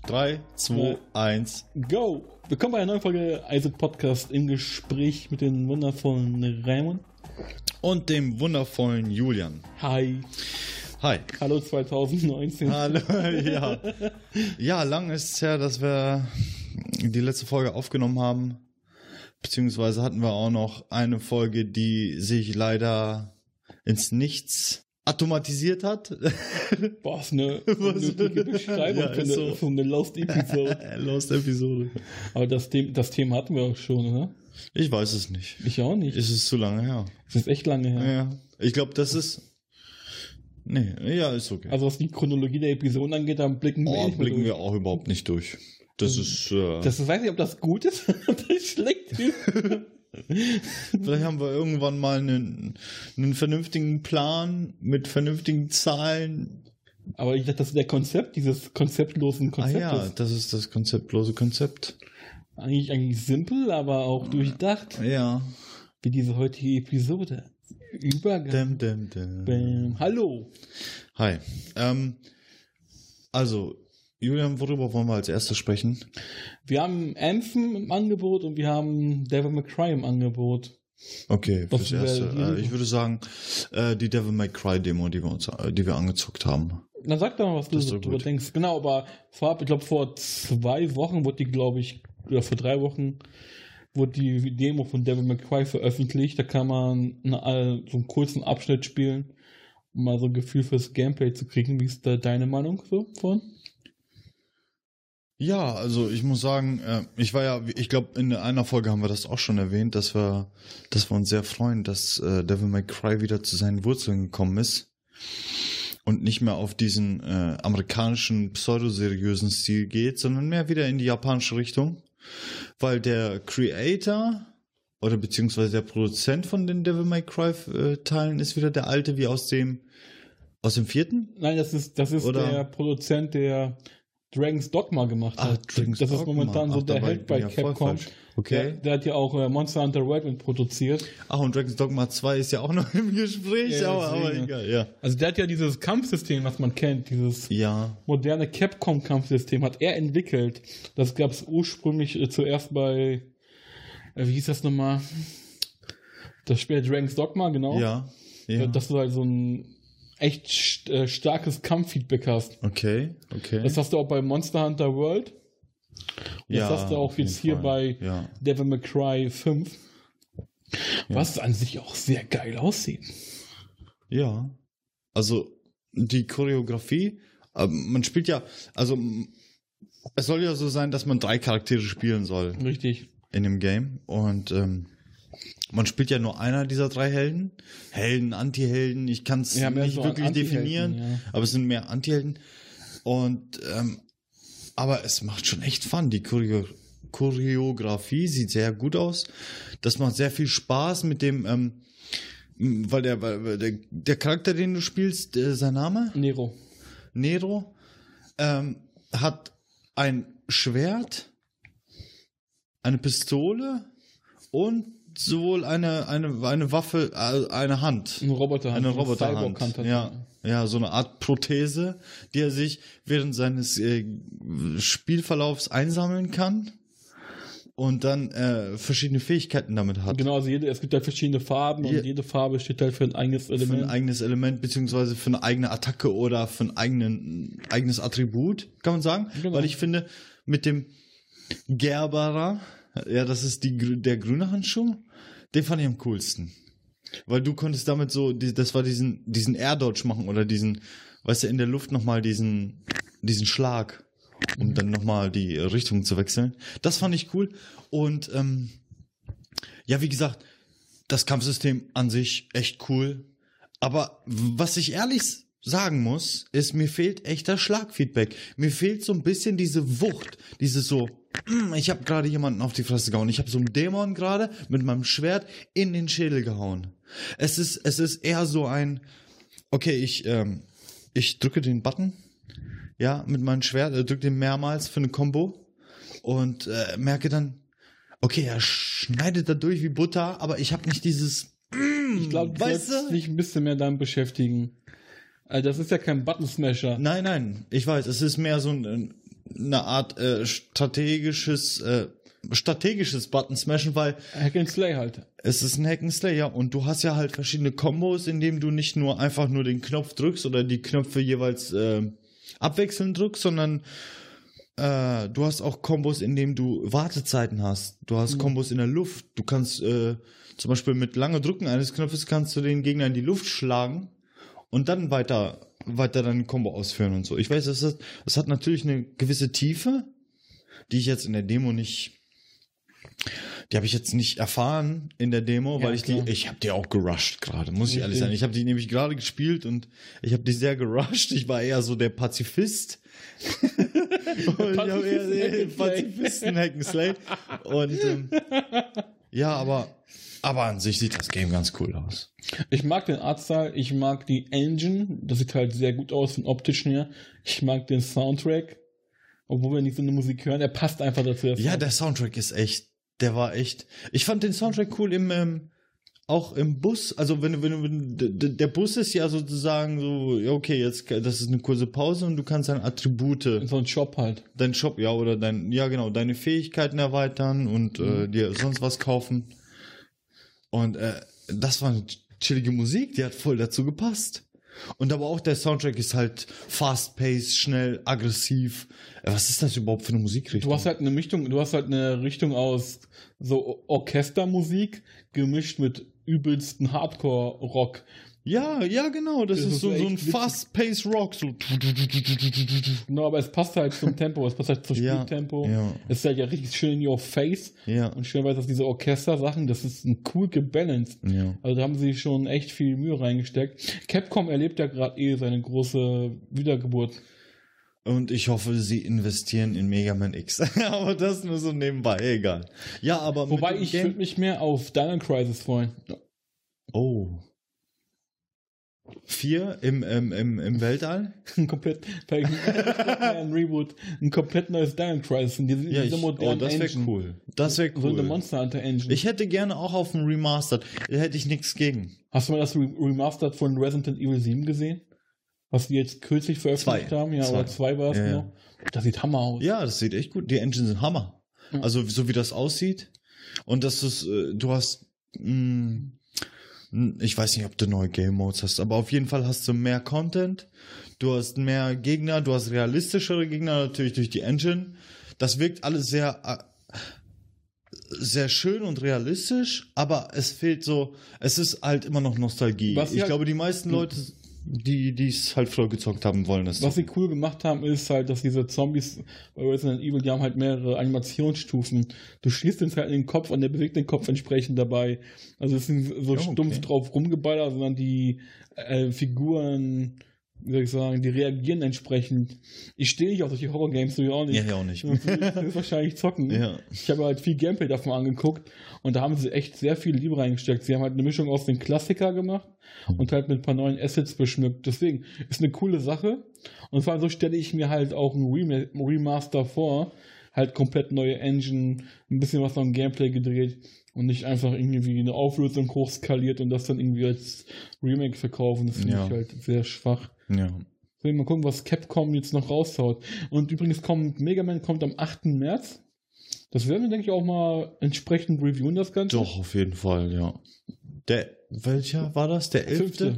3, 2, 1. Go! Willkommen bei einer neuen Folge Isaac Podcast im Gespräch mit dem wundervollen Raymond. Und dem wundervollen Julian. Hi. Hi. Hallo 2019. Hallo, ja. Ja, lang ist es her, dass wir die letzte Folge aufgenommen haben. Beziehungsweise hatten wir auch noch eine Folge, die sich leider ins Nichts automatisiert hat. Boah, ist eine unnötige Beschreibung Ja, für eine Lost-Episode. Lost-Episode. Aber das Thema hatten wir auch schon, oder? Ich weiß es nicht. Ich auch nicht. Ist es zu lange her? Das ist echt lange her. Ja. Ich glaube, das ist... Nee, ja, ist okay. Also was die Chronologie der Episoden angeht, dann blicken wir nicht mehr blicken durch. wir auch überhaupt nicht durch. Das ist... Das weiß ich, ob das gut ist oder schlecht ist. Vielleicht haben wir irgendwann mal einen vernünftigen Plan mit vernünftigen Zahlen. Aber ich dachte, das ist der Konzept, dieses konzeptlosen Konzeptes. Ah ja, das ist das konzeptlose Konzept. Eigentlich simpel, aber auch durchdacht. Ja. Wie diese heutige Episode. Übergang. Bam. Hallo. Hi. Also, Julian, worüber wollen wir als erstes sprechen? Wir haben Anthem im Angebot und wir haben Devil May Cry im Angebot. Okay, fürs Erste. Ich würde sagen, die Devil May Cry Demo, die wir angezockt haben. Na, sag doch mal, was du darüber denkst. Genau, aber vorab, ich glaube, vor 2 Wochen wurde die, glaube ich, oder vor 3 Wochen wurde die Demo von Devil May Cry veröffentlicht. Da kann man so einen kurzen Abschnitt spielen, um mal so ein Gefühl fürs Gameplay zu kriegen. Wie ist da deine Meinung so von? Ja, also ich muss sagen, ich glaube, in einer Folge haben wir das auch schon erwähnt, dass wir uns sehr freuen, dass Devil May Cry wieder zu seinen Wurzeln gekommen ist und nicht mehr auf diesen amerikanischen pseudoseriösen Stil geht, sondern mehr wieder in die japanische Richtung, weil der Creator oder beziehungsweise der Produzent von den Devil May Cry Teilen ist wieder der alte wie aus dem 4.? Nein, das ist der Produzent, der Dragon's Dogma gemacht hat. Das ist momentan so der Held bei Capcom. Okay. Der hat ja auch Monster Hunter World mit produziert. Ach, und Dragon's Dogma 2 ist ja auch noch im Gespräch, ja, aber egal, ja. Also der hat ja dieses Kampfsystem, was man kennt, dieses moderne Capcom-Kampfsystem, hat er entwickelt. Das gab es ursprünglich zuerst bei, wie hieß das nochmal? Das Spiel Dragon's Dogma, genau. Ja. Dass du halt so ein echt starkes Kampffeedback hast. Okay. Das hast du auch bei Monster Hunter World. Das hast du auch jetzt hier bei Devil May Cry 5. Was an sich auch sehr geil aussieht. Ja. Also die Choreografie, man spielt ja, also es soll ja so sein, dass man 3 Charaktere spielen soll. Richtig. In dem Game. Und man spielt ja nur einer dieser 3 Helden. Helden, Anti-Helden, ich kann es nicht so wirklich definieren, aber es sind mehr Anti-Helden. Und aber es macht schon echt Fun. Die Choreografie sieht sehr gut aus. Das macht sehr viel Spaß mit dem, weil der Charakter, den du spielst, sein Name? Nero hat ein Schwert, eine Pistole und sowohl eine Waffe, eine Hand. Eine Roboterhand. Ja, so eine Art Prothese, die er sich während seines Spielverlaufs einsammeln kann und dann verschiedene Fähigkeiten damit hat. Genau, also es gibt halt verschiedene Farben und jede Farbe steht halt für ein eigenes Element. Für ein eigenes Element, beziehungsweise für eine eigene Attacke oder für ein eigenes Attribut, kann man sagen. Genau. Weil ich finde, mit dem Gerbera, ja, das ist der grüne Handschuh, den fand ich am coolsten. Weil du konntest damit so, das war diesen Air-Dodge machen oder diesen, weißt du, in der Luft nochmal diesen Schlag, um dann nochmal die Richtung zu wechseln. Das fand ich cool. Und ja, wie gesagt, das Kampfsystem an sich echt cool. Aber was ich ehrlich sagen muss, ist, mir fehlt echter Schlagfeedback. Mir fehlt so ein bisschen diese Wucht, dieses so, ich habe gerade jemanden auf die Fresse gehauen. Ich habe so einen Dämon gerade mit meinem Schwert in den Schädel gehauen. Es ist eher so ein, okay, ich drücke den Button, ja, mit meinem Schwert, drücke den mehrmals für eine Combo und merke dann, okay, er schneidet da durch wie Butter, aber ich habe nicht dieses, ich glaube, du solltest dich ein bisschen mehr damit beschäftigen. Also das ist ja kein Button-Smasher. Nein, ich weiß, es ist mehr so ein eine Art strategisches Button-Smashen, weil Hack and Slay halt. Es ist ein Hack and Slay, ja. Und du hast ja halt verschiedene Kombos, in denen du nicht nur einfach nur den Knopf drückst oder die Knöpfe jeweils abwechselnd drückst, sondern du hast auch Kombos, in denen du Wartezeiten hast. Du hast Kombos in der Luft. Du kannst zum Beispiel mit lange Drücken eines Knopfes kannst du den Gegner in die Luft schlagen und dann weiter deinen Combo ausführen und so. Ich weiß, das hat natürlich eine gewisse Tiefe, die ich jetzt in der Demo die habe ich jetzt nicht erfahren in der Demo, weil ich habe die auch gerusht gerade, muss ich ehrlich sein. Ich habe die nämlich gerade gespielt und ich habe die sehr gerusht. Ich war eher so der Pazifist. Und ich habe eher den Pazifisten Hack'n'Slay. Und ja, aber an sich sieht das Game ganz cool aus. Ich mag den Artstyle, ich mag die Engine, das sieht halt sehr gut aus von optischen her. Ich mag den Soundtrack, obwohl wir nicht so eine Musik hören, der passt einfach dazu. Ja, der Soundtrack ist echt, der war echt. Ich fand den Soundtrack cool auch im Bus. Also wenn der Bus ist ja sozusagen so, okay, jetzt das ist eine kurze Pause und du kannst deine Attribute, so ein Shop halt, dein Shop, ja, oder deine Fähigkeiten erweitern und dir sonst was kaufen. Und das war eine chillige Musik, die hat voll dazu gepasst. Und aber auch der Soundtrack ist halt fast-paced, schnell, aggressiv. Was ist das überhaupt für eine Musikrichtung? Du hast halt eine Richtung aus so Orchestermusik gemischt mit übelsten Hardcore-Rock. Ja, genau, das ist so ein fast-paced Rock. So. Genau, aber es passt halt zum Tempo, es passt halt zum Spieltempo. Ja. Es ist halt ja richtig schön in your face. Ja. Und schön dass diese Orchester-Sachen, das ist cool gebalanced. Ja. Also da haben sie schon echt viel Mühe reingesteckt. Capcom erlebt ja gerade seine große Wiedergeburt. Und ich hoffe, sie investieren in Mega Man X. Aber das nur so nebenbei, egal. Ja, aber wobei ich würde mich mehr auf Dino Crisis freuen. Oh. 4 im Weltall? Ein Reboot. Ein komplett neues Dino Crisis. Diese modernen das wäre cool. Das wäre cool. So eine Monster Hunter Engine. Ich hätte gerne auch auf dem Remastered. Da hätte ich nichts gegen. Hast du mal das Remastered von Resident Evil 7 gesehen? Was die jetzt kürzlich veröffentlicht haben? Ja, oder 2 war es noch. Das sieht Hammer aus. Ja, das sieht echt gut. Die Engines sind Hammer. Ja. Also so wie das aussieht. Und das ist, du hast ich weiß nicht, ob du neue Game Modes hast, aber auf jeden Fall hast du mehr Content, du hast mehr Gegner, du hast realistischere Gegner, natürlich durch die Engine. Das wirkt alles sehr, sehr schön und realistisch, aber es fehlt es ist halt immer noch Nostalgie. Ich glaube, die meisten Leute, die es halt früher gezockt haben, wollen es. Was sie cool gemacht haben, ist halt, dass diese Zombies bei Resident Evil, die haben halt mehrere Animationsstufen. Du schießt uns halt in den Kopf und der bewegt den Kopf entsprechend dabei. Also es sind so stumpf drauf rumgeballert, sondern die Figuren, wie soll ich sagen, die reagieren entsprechend. Ich stehe nicht auf solche Horror-Games, du ja auch nicht. Ja, ich auch nicht. Du wirst wahrscheinlich zocken. Ja. Ich habe halt viel Gameplay davon angeguckt und da haben sie echt sehr viel Liebe reingesteckt. Sie haben halt eine Mischung aus den Klassiker gemacht und halt mit ein paar neuen Assets beschmückt. Deswegen ist eine coole Sache. Und vor allem so stelle ich mir halt auch ein Remaster vor. Halt komplett neue Engine, ein bisschen was am Gameplay gedreht und nicht einfach irgendwie eine Auflösung hochskaliert und das dann irgendwie als Remake verkaufen. Das finde ich halt sehr schwach. Ja. Mal gucken, was Capcom jetzt noch raushaut. Und übrigens Mega Man kommt am 8. März. Das werden wir, denke ich, auch mal entsprechend reviewen, das Ganze. Doch, auf jeden Fall, ja. Welcher war das? Der 11.?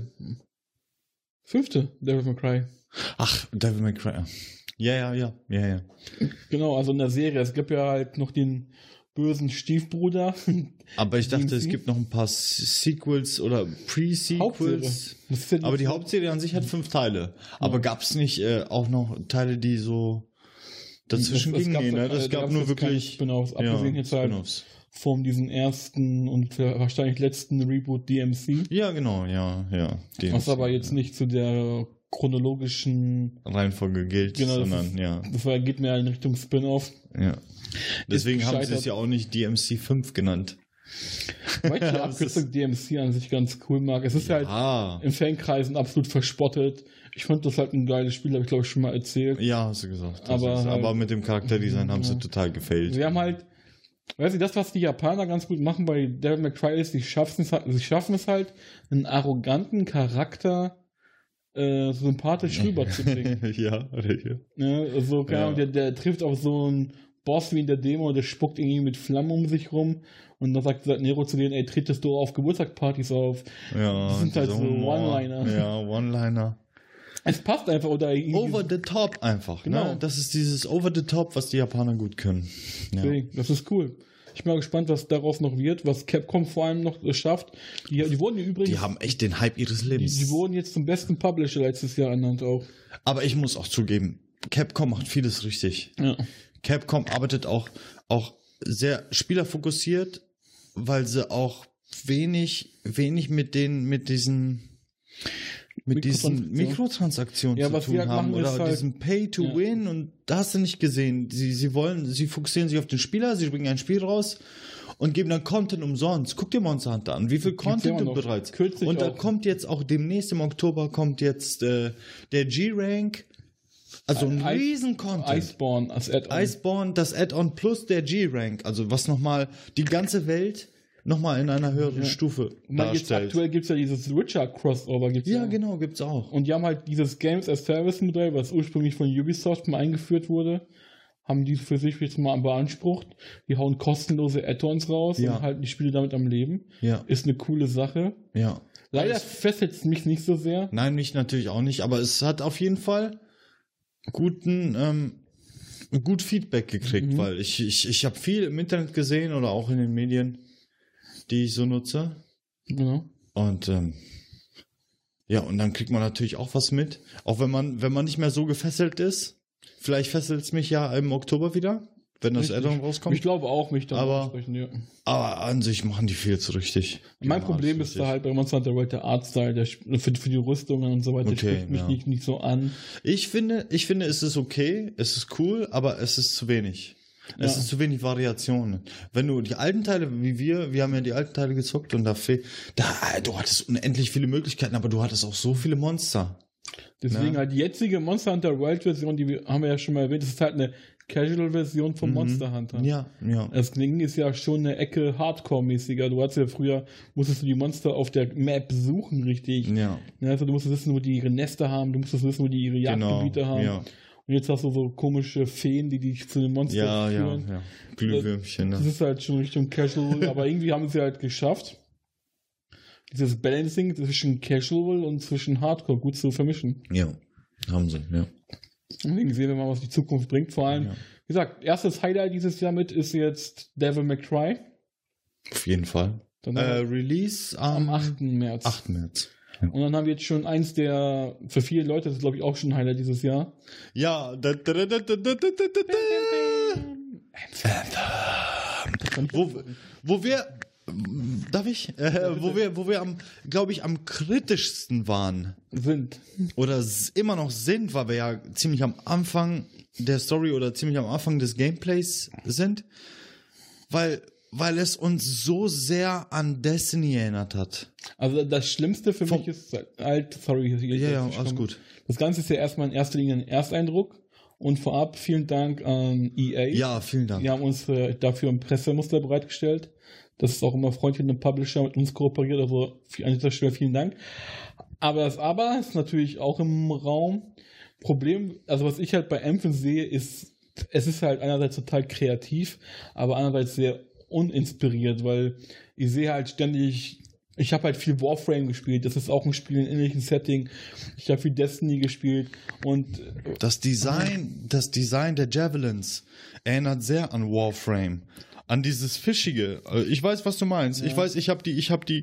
5. Devil May Cry. Ach, Devil May Cry. Ja. Genau, also in der Serie. Es gibt ja halt noch den bösen Stiefbruder. Aber ich dachte, es gibt noch ein paar Sequels oder Pre-Sequels. Aber die Hauptserie an sich hat 5 Teile. Aber gab es nicht auch noch Teile, die so dazwischen gingen? Nee, ne? Das gab nur wirklich Spin-offs. Abgesehen jetzt halt von diesem ersten und wahrscheinlich letzten Reboot DMC. Ja, genau, ja. DMC, was aber jetzt nicht zu der chronologischen Reihenfolge gilt, sondern das geht mehr in Richtung Spin-off. Ja. Deswegen haben sie es ja auch nicht DMC 5 genannt. Weil ich die Abkürzung DMC an sich ganz cool mag. Es ist halt in Fankreisen absolut verspottet. Ich fand das halt ein geiles Spiel, habe ich glaube ich schon mal erzählt. Ja, hast du gesagt. Aber mit dem Charakterdesign haben sie total gefailt. Sie haben halt, weißt du, das, was die Japaner ganz gut machen bei Devil May Cry ist, sie schaffen es halt, einen arroganten Charakter sympathisch rüberzubringen. Ja. Also, keine Ahnung, der trifft auf so einen Boss wie in der Demo und der spuckt irgendwie mit Flammen um sich rum und dann sagt Nero zu denen, ey, tretest du auf Geburtstagspartys auf? Ja, das sind halt so One-Liner. Ja, One-Liner. Es passt einfach, oder irgendwie. Over the top einfach, genau. Ne? Das ist dieses Over the top, was die Japaner gut können. Ja. Deswegen, das ist cool. Ich bin mal gespannt, was daraus noch wird, was Capcom vor allem noch schafft. Die wurden übrigens. Die haben echt den Hype ihres Lebens. Die wurden jetzt zum besten Publisher letztes Jahr ernannt auch. Aber ich muss auch zugeben, Capcom macht vieles richtig. Ja. Capcom arbeitet auch sehr spielerfokussiert, weil sie auch wenig mit diesen Mikrotransaktionen zu tun haben oder halt diesem Pay to Win und da hast du nicht gesehen. Sie fokussieren sich auf den Spieler, sie bringen ein Spiel raus und geben dann Content umsonst. Guck dir Monster Hunter an, wie viel Content du bereits. Und da kommt jetzt auch demnächst im Oktober kommt jetzt der G-Rank. Also ein riesen Content. Iceborne als Add-on. Iceborne, das Add-on plus der G-Rank. Also was nochmal die ganze Welt nochmal in einer höheren Stufe darstellt. Jetzt aktuell gibt es ja dieses Witcher-Crossover. Genau, gibt's auch. Und die haben halt dieses Games-as-Service-Modell, was ursprünglich von Ubisoft mal eingeführt wurde, haben die für sich jetzt mal beansprucht. Die hauen kostenlose Add-ons raus und halten die Spiele damit am Leben. Ja. Ist eine coole Sache. Ja. Leider fesselt es mich nicht so sehr. Nein, mich natürlich auch nicht, aber es hat auf jeden Fall gut Feedback gekriegt, weil ich habe viel im Internet gesehen oder auch in den Medien, die ich so nutze. Ja. Und und dann kriegt man natürlich auch was mit. Auch wenn man nicht mehr so gefesselt ist. Vielleicht fesselt es mich ja im Oktober wieder, wenn das Add-on rauskommt. Ich glaube auch, mich da ansprechen, ja. Aber an sich machen die viel zu richtig. Mein Problem ist da halt bei Monster Hunter World der Artstyle, für die Rüstungen und so weiter, spricht mich nicht so an. Ich finde, es ist okay, es ist cool, aber es ist zu wenig. Es ist zu wenig Variationen. Wenn du die alten Teile, wie wir haben ja die alten Teile gezockt und du hattest unendlich viele Möglichkeiten, aber du hattest auch so viele Monster. Deswegen halt die jetzige Monster Hunter World Version, haben wir ja schon mal erwähnt, das ist halt eine Casual-Version von Monster Hunter. Ja. Das Ding ist ja schon eine Ecke Hardcore-mäßiger. Du hattest ja früher, musstest du die Monster auf der Map suchen, richtig. Ja. Also du musstest wissen, wo die ihre Nester haben, du musstest wissen, wo die ihre Jagdgebiete haben. Ja. Und jetzt hast du so komische Feen, die dich zu den Monstern führen. Ja. Glühwürmchen. Das ist halt schon Richtung Casual, aber irgendwie haben sie halt geschafft, dieses Balancing zwischen Casual und zwischen Hardcore gut zu vermischen. Ja, haben sie, ja. Deswegen sehen wir mal, was die Zukunft bringt. Vor allem, wie gesagt, erstes Highlight dieses Jahr mit ist jetzt Devil May Cry. Auf jeden Fall. Release am 8. März. 8. März. Ja. Und dann haben wir jetzt schon eins der, für viele Leute, das ist glaube ich auch schon ein Highlight dieses Jahr. Ja. Wo wir, darf ich? Wo wir am kritischsten waren. Oder immer noch sind, weil wir ja ziemlich am Anfang der Story oder ziemlich am Anfang des Gameplays sind. Weil es uns so sehr an Destiny erinnert hat. Also das Schlimmste für mich ist halt, sorry. Ja, alles gut. Das Ganze ist ja erstmal in erster Linie ein Ersteindruck. Und vorab vielen Dank an EA. Ja, vielen Dank. Die haben uns dafür ein Pressemuster bereitgestellt. Das ist auch immer freundlich, wenn ein Publisher mit uns kooperiert. Also an dieser Stelle vielen Dank. Aber das Aber ist natürlich auch im Raum. Problem, also was ich halt bei Anthem sehe, ist, es ist halt einerseits total kreativ, aber andererseits sehr uninspiriert, weil ich sehe halt ständig, ich habe halt viel Warframe gespielt, das ist auch ein Spiel in einem ähnlichen Setting, ich habe viel Destiny gespielt und das Design der Javelins erinnert sehr an Warframe, an dieses Fischige. Ich weiß, was du meinst. Ja. Ich weiß, ich habe die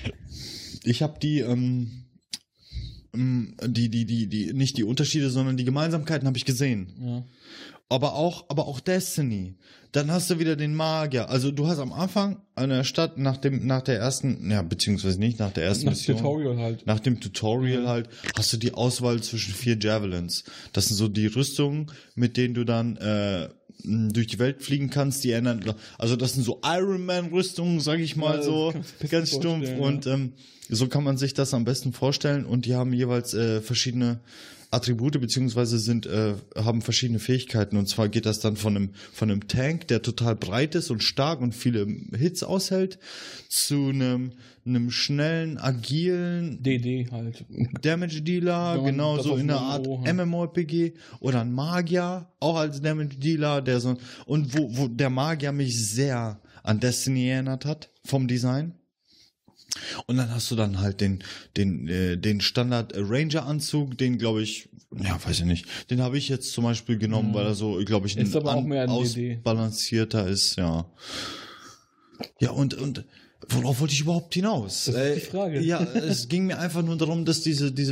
nicht die Unterschiede, sondern die Gemeinsamkeiten habe ich gesehen. Ja. Aber auch Destiny. Dann hast du wieder den Magier. Also du hast am Anfang einer Stadt nach der ersten, ja, beziehungsweise nicht nach der ersten Mission. Nach dem Tutorial halt, hast du die Auswahl zwischen 4 Javelins. Das sind so die Rüstungen, mit denen du dann durch die Welt fliegen kannst, die ändern, also das sind so Iron Man Rüstungen, sag ich mal, ja, so ganz stumpf. Und So kann man sich das am besten vorstellen und die haben jeweils verschiedene Attribute beziehungsweise haben verschiedene Fähigkeiten und zwar geht das dann von einem Tank, der total breit ist und stark und viele Hits aushält, zu einem schnellen, agilen DD halt. Damage Dealer, genau so in einer Art MMORPG oder ein Magier, auch als Damage Dealer, wo der Magier mich sehr an Destiny erinnert hat, vom Design. Und dann hast du dann halt den Standard Ranger Anzug, den glaube ich, weiß ich nicht, den habe ich jetzt zum Beispiel genommen, weil er so, glaube ich, ein ausbalancierter ist, ja. Ja, und worauf wollte ich überhaupt hinaus? Das ist die Frage. Ja, es ging mir einfach nur darum, dass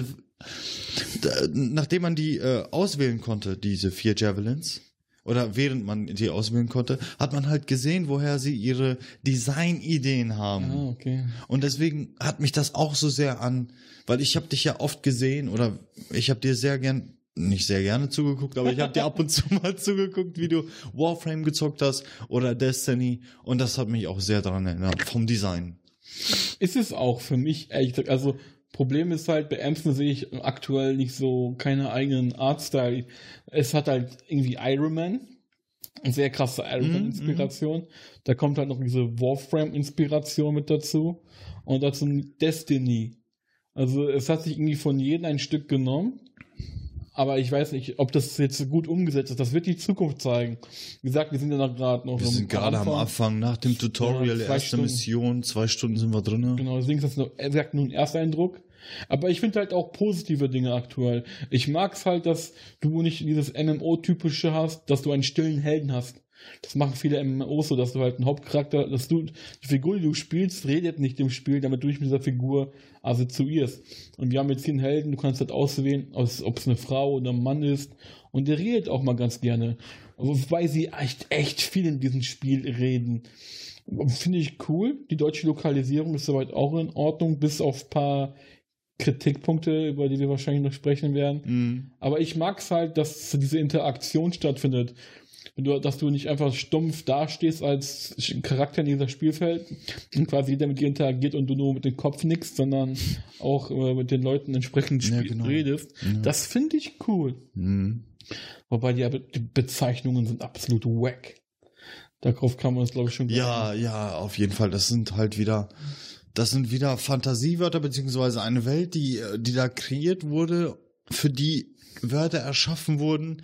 nachdem man die auswählen konnte, diese 4 Javelins, oder während man die auswählen konnte, hat man halt gesehen, woher sie ihre Designideen haben. Ah, okay. Und deswegen hat mich das auch so sehr weil ich habe dich ja oft gesehen oder ich habe dir nicht sehr gerne zugeguckt, aber ich habe dir ab und zu mal zugeguckt, wie du Warframe gezockt hast oder Destiny und das hat mich auch sehr daran erinnert, vom Design. Ist es auch für mich, ehrlich gesagt, also Problem ist halt, bei Anthem sehe ich aktuell nicht so keine eigenen Artstyle. Es hat halt irgendwie Iron Man, eine sehr krasse Iron Man-Inspiration. Da kommt halt noch diese Warframe-Inspiration mit dazu und dazu Destiny. Also es hat sich irgendwie von jedem ein Stück genommen, aber ich weiß nicht, ob das jetzt gut umgesetzt ist. Das wird die Zukunft zeigen. Wie gesagt, wir sind ja gerade noch wir sind gerade am Anfang, nach dem Tutorial, ja, erste Mission, 2 Stunden sind wir drin. Genau, deswegen ist das nur ein Ersteindruck. Aber ich finde halt auch positive Dinge aktuell. Ich mag es halt, dass du nicht dieses MMO-typische hast, dass du einen stillen Helden hast. Das machen viele MMOs so, dass du halt einen Hauptcharakter, die Figur, die du spielst, redet nicht im Spiel, damit du dich mit dieser Figur assoziierst. Und wir haben jetzt hier einen Helden, du kannst halt auswählen, ob es eine Frau oder ein Mann ist. Und der redet auch mal ganz gerne. Wobei sie echt viel in diesem Spiel reden. Finde ich cool. Die deutsche Lokalisierung ist soweit auch in Ordnung, bis auf ein paar Kritikpunkte, über die wir wahrscheinlich noch sprechen werden. Aber ich mag es halt, dass diese Interaktion stattfindet. Dass du nicht einfach stumpf dastehst als Charakter in dieser Spielfeld und quasi jeder mit dir interagiert und du nur mit dem Kopf nickst, sondern auch mit den Leuten entsprechend redest. Ja. Das finde ich cool. Wobei die Bezeichnungen sind absolut wack. Darauf kann man uns, glaube ich, schon Ja, auf jeden Fall. Das sind wieder Fantasiewörter, beziehungsweise eine Welt, die da kreiert wurde, für die Wörter erschaffen wurden,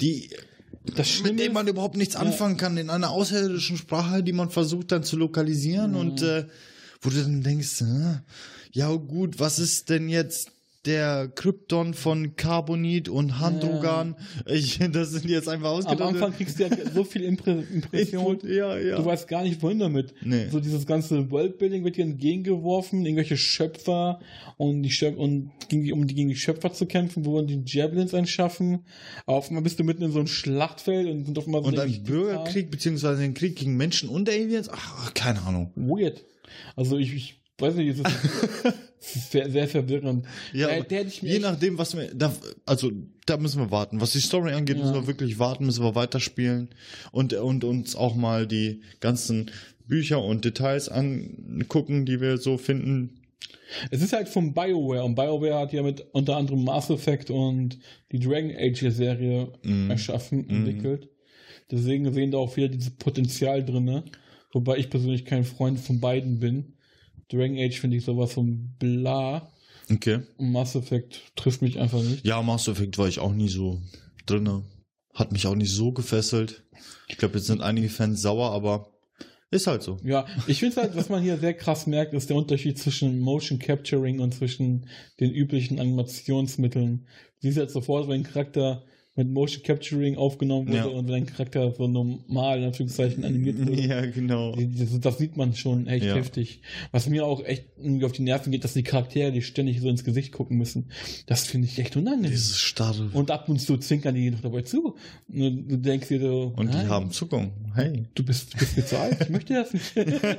mit dem man überhaupt nichts anfangen kann, in einer außerirdischen Sprache, die man versucht dann zu lokalisieren und wo du dann denkst, ja gut, was ist denn jetzt der Krypton von Carbonit und Handrogan? Das sind jetzt einfach ausgedacht. Am Anfang kriegst du ja so viel Impression. Ja. Du weißt gar nicht, wohin damit. Nee. So dieses ganze Worldbuilding wird dir entgegengeworfen, irgendwelche Schöpfer um gegen die Schöpfer zu kämpfen, wo wir die Javelins einschaffen. Aber auf einmal bist du mitten in so einem Schlachtfeld und sind auf einmal so und ein Bürgerkrieg, beziehungsweise ein Krieg gegen Menschen und Aliens? Ach, keine Ahnung. Weird. Also ich weiß nicht, es ist sehr, sehr verwirrend. Ja, je nachdem, was da müssen wir warten. Was die Story angeht, müssen wir wirklich warten, müssen wir weiterspielen und uns auch mal die ganzen Bücher und Details angucken, die wir so finden. Es ist halt von BioWare und BioWare hat ja mit unter anderem Mass Effect und die Dragon Age Serie entwickelt. Deswegen sehen da auch wieder dieses Potenzial drin, wobei ich persönlich kein Freund von beiden bin. Dragon Age finde ich sowas von bla. Okay. Und Mass Effect trifft mich einfach nicht. Ja, Mass Effect war ich auch nie so drin. Hat mich auch nicht so gefesselt. Ich glaube, jetzt sind einige Fans sauer, aber ist halt so. Ja, ich finde halt, was man hier sehr krass merkt, ist der Unterschied zwischen Motion Capturing und zwischen den üblichen Animationsmitteln. Du siehst halt sofort, wenn ein Charakter mit Motion Capturing aufgenommen wurde und wenn ein Charakter so normal, in Anführungszeichen, animiert wurde. Ja, genau. Das sieht man schon echt heftig. Was mir auch echt irgendwie auf die Nerven geht, dass die Charaktere, die ständig so ins Gesicht gucken müssen. Das finde ich echt unangenehm. Dieses Starre. Und ab und zu zwinkern die noch dabei zu. Und du denkst dir so... Und die haben Zuckung. Hey. Du bist mir zu alt, ich möchte das nicht.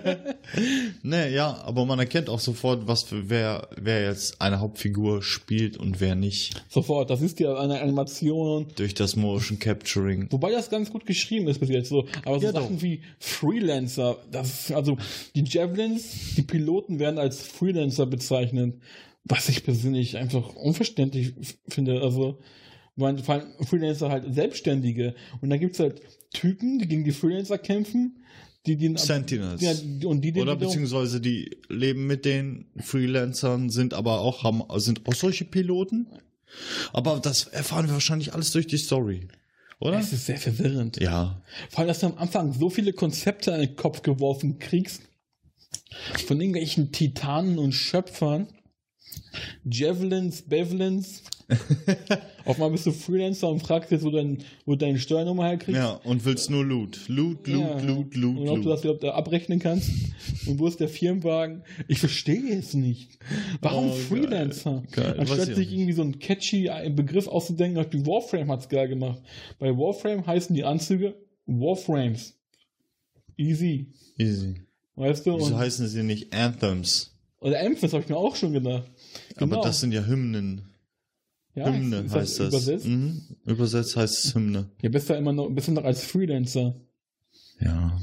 Nee, ja, aber man erkennt auch sofort, wer jetzt eine Hauptfigur spielt und wer nicht. Sofort, das ist ja eine Animation Einstellung. Durch das Motion Capturing. Wobei das ganz gut geschrieben ist bis jetzt so. Aber so Sachen wie Freelancer, also die Javelins, die Piloten werden als Freelancer bezeichnet, was ich persönlich einfach unverständlich finde. Also, vor allem Freelancer halt Selbstständige. Und dann gibt es halt Typen, die gegen die Freelancer kämpfen. Die Sentinels. Ja, und die oder beziehungsweise die leben mit den Freelancern, sind auch solche Piloten. Aber das erfahren wir wahrscheinlich alles durch die Story, oder? Das ist sehr verwirrend. Ja. Vor allem, dass du am Anfang so viele Konzepte in den Kopf geworfen kriegst von irgendwelchen Titanen und Schöpfern. Javelins, Bevelins. Auf einmal bist du Freelancer und fragst jetzt, wo du deine Steuernummer herkriegst. Ja, und willst nur Loot. Loot. Und ob du das überhaupt abrechnen kannst. Und wo ist der Firmenwagen? Ich verstehe es nicht. Warum Freelancer? Geil. Anstatt sich irgendwie so einen catchy Begriff auszudenken, zum Beispiel Warframe hat es geil gemacht. Bei Warframe heißen die Anzüge Warframes. Easy. Weißt du? Wieso heißen sie nicht Anthems? Oder Anthems habe ich mir auch schon gedacht. Genau. Aber das sind ja Hymnen. Ja, Hymne heißt das. Übersetzt? Übersetzt heißt es Hymne. Ja, besser noch als Freelancer. Ja.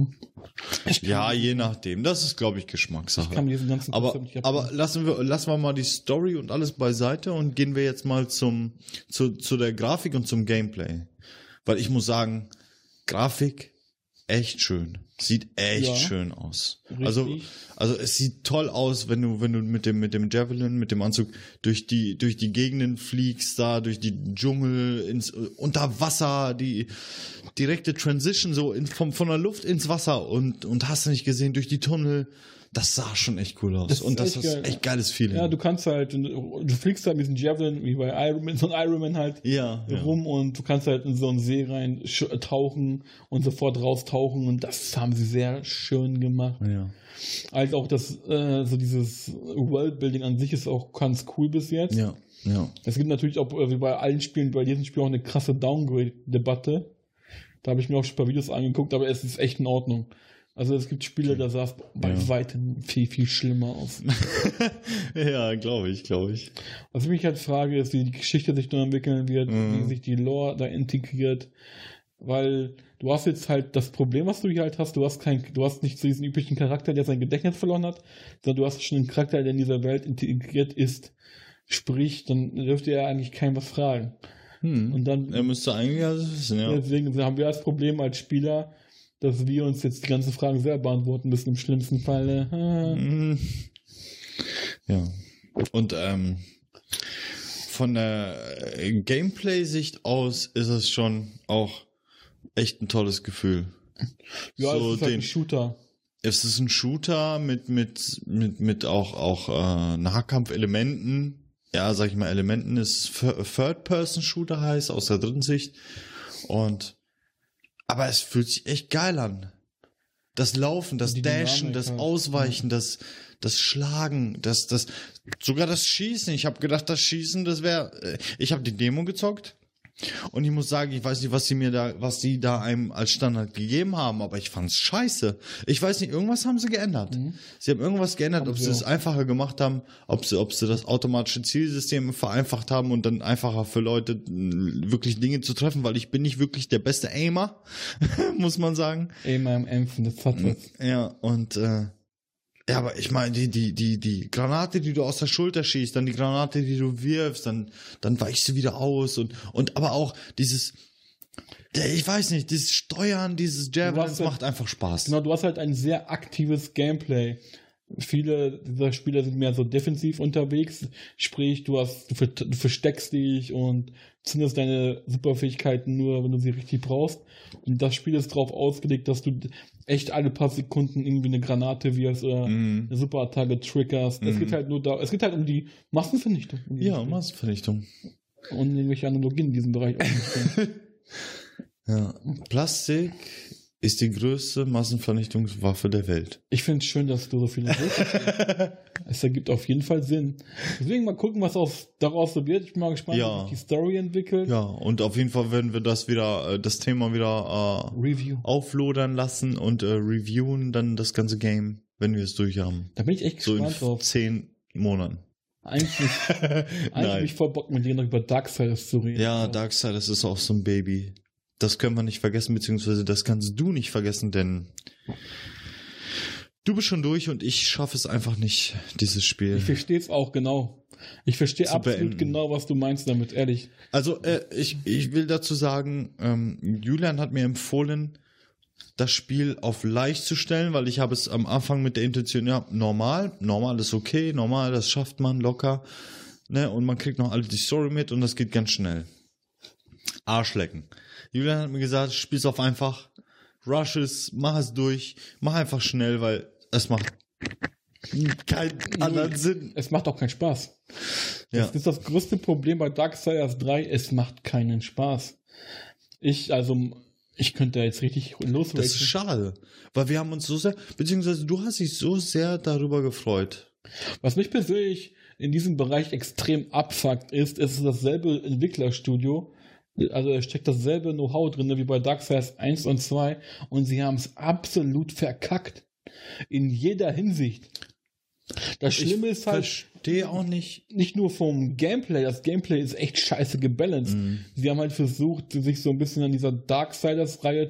Ja, je nachdem. Das ist, glaube ich, Geschmackssache. Ich kann mir diesen ganzen aber lassen wir mal die Story und alles beiseite und gehen wir jetzt mal zu der Grafik und zum Gameplay. Weil ich muss sagen, Grafik echt schön. Sieht echt schön aus. Richtig. Also es sieht toll aus, wenn du mit dem Javelin, mit dem Anzug durch die Gegenden fliegst, da durch die Dschungel unter Wasser, die direkte Transition so von der Luft ins Wasser und hast du nicht gesehen durch die Tunnel. Das sah schon echt cool aus. Das ist echt geiles Feeling. Ja, du kannst halt, du fliegst halt mit diesem Javelin, wie bei so ein Ironman halt rum und du kannst halt in so einen See rein tauchen und sofort raustauchen und das haben sie sehr schön gemacht. Ja. Halt auch so dieses Worldbuilding an sich ist auch ganz cool bis jetzt. Ja. Es gibt natürlich auch, wie bei allen Spielen, bei diesem Spiel auch eine krasse Downgrade-Debatte. Da habe ich mir auch schon ein paar Videos angeguckt, aber es ist echt in Ordnung. Also es gibt Spiele, da sah es bei weitem viel, viel schlimmer aus. Ja, glaube ich. Was ich mich halt frage, ist, wie die Geschichte sich da entwickeln wird, wie sich die Lore da integriert. Weil du hast jetzt halt das Problem, was du hier halt hast, du hast nicht so diesen üblichen Charakter, der sein Gedächtnis verloren hat, sondern du hast schon einen Charakter, der in dieser Welt integriert ist. Sprich, dann dürfte er eigentlich keinem was fragen. Und dann, er müsste eigentlich alles wissen, ja. Deswegen haben wir das Problem als Spieler, dass wir uns jetzt die ganzen Fragen selber beantworten müssen, im schlimmsten Fall. Ja. Und von der Gameplay-Sicht aus ist es schon auch echt ein tolles Gefühl. Ja, so es ist halt ein Shooter. Es ist ein Shooter mit auch Nahkampfelementen. Ja, sag ich mal, Elementen ist Third-Person-Shooter heißt, aus der dritten Sicht. Aber es fühlt sich echt geil an. Das Laufen, das Dashen, das Ausweichen, das Schlagen, sogar das Schießen. Ich habe gedacht, das Schießen, ich habe die Demo gezockt und ich muss sagen, ich weiß nicht, was die da einem als Standard gegeben haben, aber ich fand's scheiße. Ich weiß nicht, irgendwas haben sie geändert. Sie haben irgendwas geändert, ob sie es einfacher gemacht haben, ob sie das automatische Zielsystem vereinfacht haben und dann einfacher für Leute wirklich Dinge zu treffen, weil ich bin nicht wirklich der beste Aimer, muss man sagen. Aimer im Ämpfen, das hat was. Ja, und ja, aber ich meine, die Granate, die du aus der Schulter schießt, dann die Granate, die du wirfst, dann weichst du wieder aus und aber auch dieses, ich weiß nicht, dieses Steuern, dieses Javelin, das macht einfach Spaß. Genau, du hast halt ein sehr aktives Gameplay. Viele dieser Spieler sind mehr so defensiv unterwegs, sprich, du versteckst dich und zündest deine Superfähigkeiten nur, wenn du sie richtig brauchst. Und das Spiel ist darauf ausgelegt, dass du echt alle paar Sekunden irgendwie eine Granate wirfst oder eine Superattacke triggerst. Es geht halt um die Massenvernichtung. Ja, Massenvernichtung. Und irgendwelche Analogien in diesem Bereich auch nicht. Ja, Plastik ist die größte Massenvernichtungswaffe der Welt. Ich finde es schön, dass du so viele hast. Es ergibt auf jeden Fall Sinn. Deswegen mal gucken, was daraus so wird. Ich bin mal gespannt, wie sich die Story entwickelt. Ja, und auf jeden Fall werden wir das Thema wieder Review auflodern lassen und reviewen dann das ganze Game, wenn wir es durch haben. Da bin ich echt gespannt drauf. So in 10 Monaten. Eigentlich hab ich voll Bock, mit dir noch über Darksiders zu reden. Ja, Darksiders ist auch so ein Baby. Das können wir nicht vergessen, beziehungsweise das kannst du nicht vergessen, denn du bist schon durch und ich schaffe es einfach nicht, dieses Spiel. Ich verstehe es auch genau. Ich verstehe absolut genau, was du meinst damit, ehrlich. Also, ich will dazu sagen, Julian hat mir empfohlen, das Spiel auf leicht zu stellen, weil ich habe es am Anfang mit der Intention, ja, normal ist okay, normal, das schafft man locker, ne, und man kriegt noch alle die Story mit und das geht ganz schnell. Arschlecken. Julian hat mir gesagt, spiel's auf einfach, rush es, mach es durch, mach einfach schnell, weil es macht keinen anderen Sinn. Es macht auch keinen Spaß. Ja. Das ist das größte Problem bei Darksiders 3, es macht keinen Spaß. Ich könnte da jetzt richtig losreden. Das ist schade, weil wir haben uns so sehr, beziehungsweise du hast dich so sehr darüber gefreut. Was mich persönlich in diesem Bereich extrem abfuckt ist, es ist dasselbe Entwicklerstudio, also da steckt dasselbe Know-how drin wie bei Darksiders 1 und 2 und sie haben es absolut verkackt. In jeder Hinsicht. Das Schlimme ist halt, verstehe auch nicht nur vom Gameplay, das Gameplay ist echt scheiße gebalanced. Sie haben halt versucht, sich so ein bisschen an dieser Darksiders-Reihe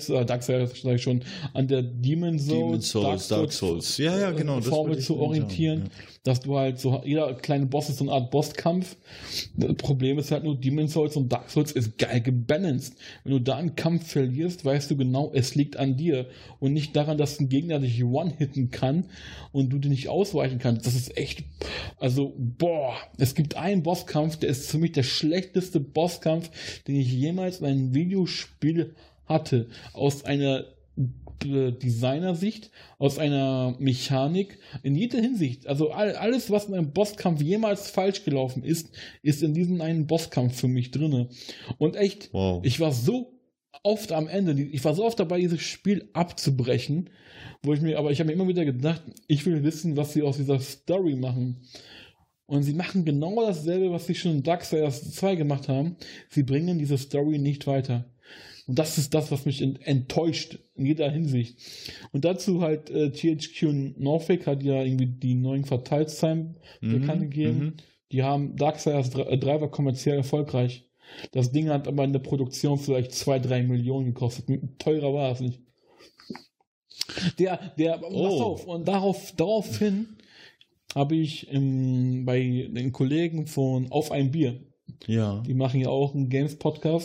an der Demon's Souls, Dark Souls. Ja, genau. Formel zu orientieren, dass du halt so, jeder kleine Boss ist so eine Art Bosskampf. Das Problem ist halt nur, Demon's Souls und Dark Souls ist geil gebalanced. Wenn du da einen Kampf verlierst, weißt du genau, es liegt an dir und nicht daran, dass ein Gegner dich one-hitten kann und du dir nicht ausweichen kannst. Das ist echt, also, es gibt einen Bosskampf, der ist für mich der schlechteste Bosskampf, den ich jemals in einem Videospiel hatte. Aus einer Designersicht, aus einer Mechanik, in jeder Hinsicht. Also alles, was in einem Bosskampf jemals falsch gelaufen ist in diesem einen Bosskampf für mich drinne. Und echt, Ich war so oft am Ende, ich war so oft dabei, dieses Spiel abzubrechen, aber ich habe mir immer wieder gedacht, ich will wissen, was sie aus dieser Story machen. Und sie machen genau dasselbe, was sie schon in Darksiders 2 gemacht haben. Sie bringen diese Story nicht weiter. Und das ist das, was mich enttäuscht in jeder Hinsicht. Und dazu halt THQ Nordic hat ja irgendwie die neuen Verteilzahlen bekannt gegeben. Die haben Darksiders 3 war kommerziell erfolgreich. Das Ding hat aber in der Produktion vielleicht 2-3 Millionen gekostet. Teurer war es nicht. Pass auf, und daraufhin habe ich bei den Kollegen von Auf ein Bier, die machen ja auch einen Games-Podcast.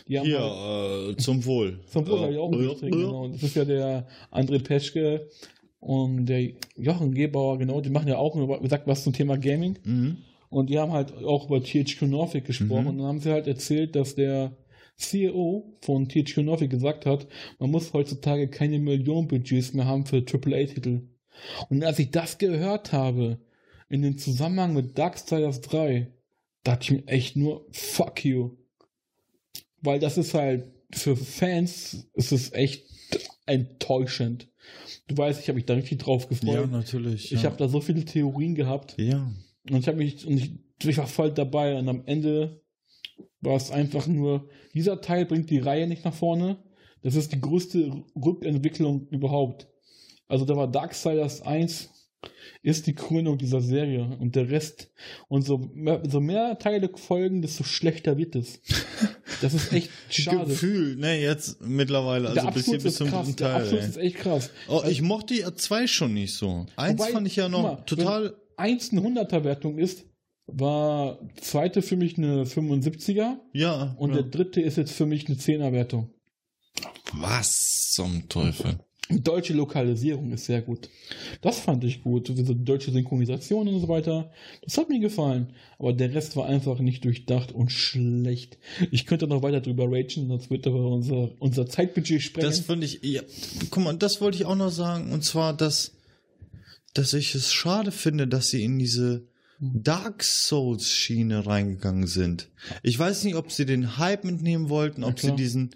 Zum Wohl. Zum Wohl habe ich auch getrunken, genau. Das ist ja der André Peschke und der Jochen Gebauer, genau, die machen ja auch gesagt was zum Thema Gaming. Und die haben halt auch über THQ Nordic gesprochen und dann haben sie halt erzählt, dass der CEO von THQ Nordic gesagt hat, man muss heutzutage keine Millionenbudgets mehr haben für AAA-Titel. Und als ich das gehört habe, in dem Zusammenhang mit Darksiders 3, dachte ich mir echt nur, fuck you. Weil das ist halt, für Fans ist es echt enttäuschend. Du weißt, ich habe mich da richtig drauf gefreut. Ja, natürlich. Ich habe da so viele Theorien gehabt. Ja. Und ich war voll dabei und am Ende war es einfach nur, dieser Teil bringt die Reihe nicht nach vorne. Das ist die größte Rückentwicklung überhaupt. Also da war Darksiders 1 ist die Krönung dieser Serie und der Rest und so mehr Teile folgen, desto schlechter wird es. Das ist echt schade. Gefühl, ne, jetzt mittlerweile, also bis zum dritten Teil. Der Abschluss ist echt krass. Ich mochte die 2 schon nicht so. 1 fand ich ja noch total... Wenn 1 eine 100er-Wertung ist, war zweite für mich eine 75er. Ja. Und der dritte ist jetzt für mich eine 10er-Wertung. Was zum Teufel? Deutsche Lokalisierung ist sehr gut. Das fand ich gut. Diese deutsche Synchronisation und so weiter. Das hat mir gefallen. Aber der Rest war einfach nicht durchdacht und schlecht. Ich könnte noch weiter drüber ragen, sonst wird aber unser Zeitbudget sprengen. Das fand ich, guck mal, das wollte ich auch noch sagen. Und zwar, dass ich es schade finde, dass sie in diese Dark Souls Schiene reingegangen sind. Ich weiß nicht, ob sie den Hype mitnehmen wollten, ob sie diesen,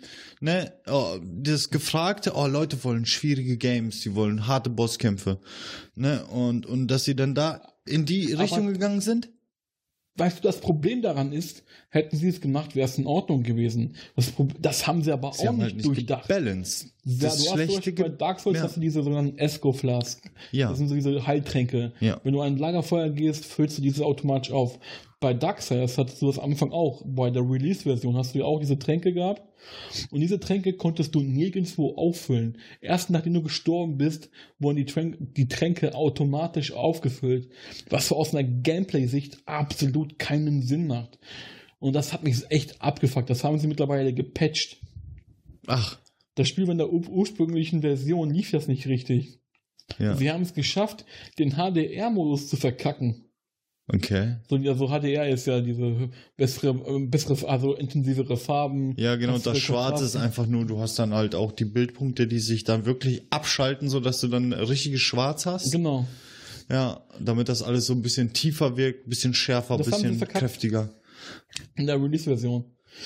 das gefragte, Leute wollen schwierige Games, die wollen harte Bosskämpfe, und dass sie dann da in die Richtung gegangen sind. Weißt du, das Problem daran ist, hätten sie es gemacht, wäre es in Ordnung gewesen. Das haben sie aber auch nicht durchdacht. Balance. das schlechte bei Dark Souls hast du diese sogenannten Esco-Flask. Ja. Das sind so diese Heiltränke. Ja. Wenn du an ein Lagerfeuer gehst, füllst du diese automatisch auf. Bei Darksiders hattest du das am Anfang auch. Bei der Release-Version hast du ja auch diese Tränke gehabt. Und diese Tränke konntest du nirgendwo auffüllen. Erst nachdem du gestorben bist, wurden die Tränke automatisch aufgefüllt. Was aus einer Gameplay-Sicht absolut keinen Sinn macht. Und das hat mich echt abgefuckt. Das haben sie mittlerweile gepatcht. Ach. Das Spiel in der ursprünglichen Version lief das nicht richtig. Ja. Sie haben es geschafft, den HDR-Modus zu verkacken. Okay. Also HDR ist ja diese bessere, also intensivere Farben. Ja, genau. Und das Schwarze ist einfach nur, du hast dann halt auch die Bildpunkte, die sich dann wirklich abschalten, sodass du dann richtiges Schwarz hast. Genau. Ja, damit das alles so ein bisschen tiefer wirkt, ein bisschen schärfer, ein bisschen kräftiger. In der Release-Version.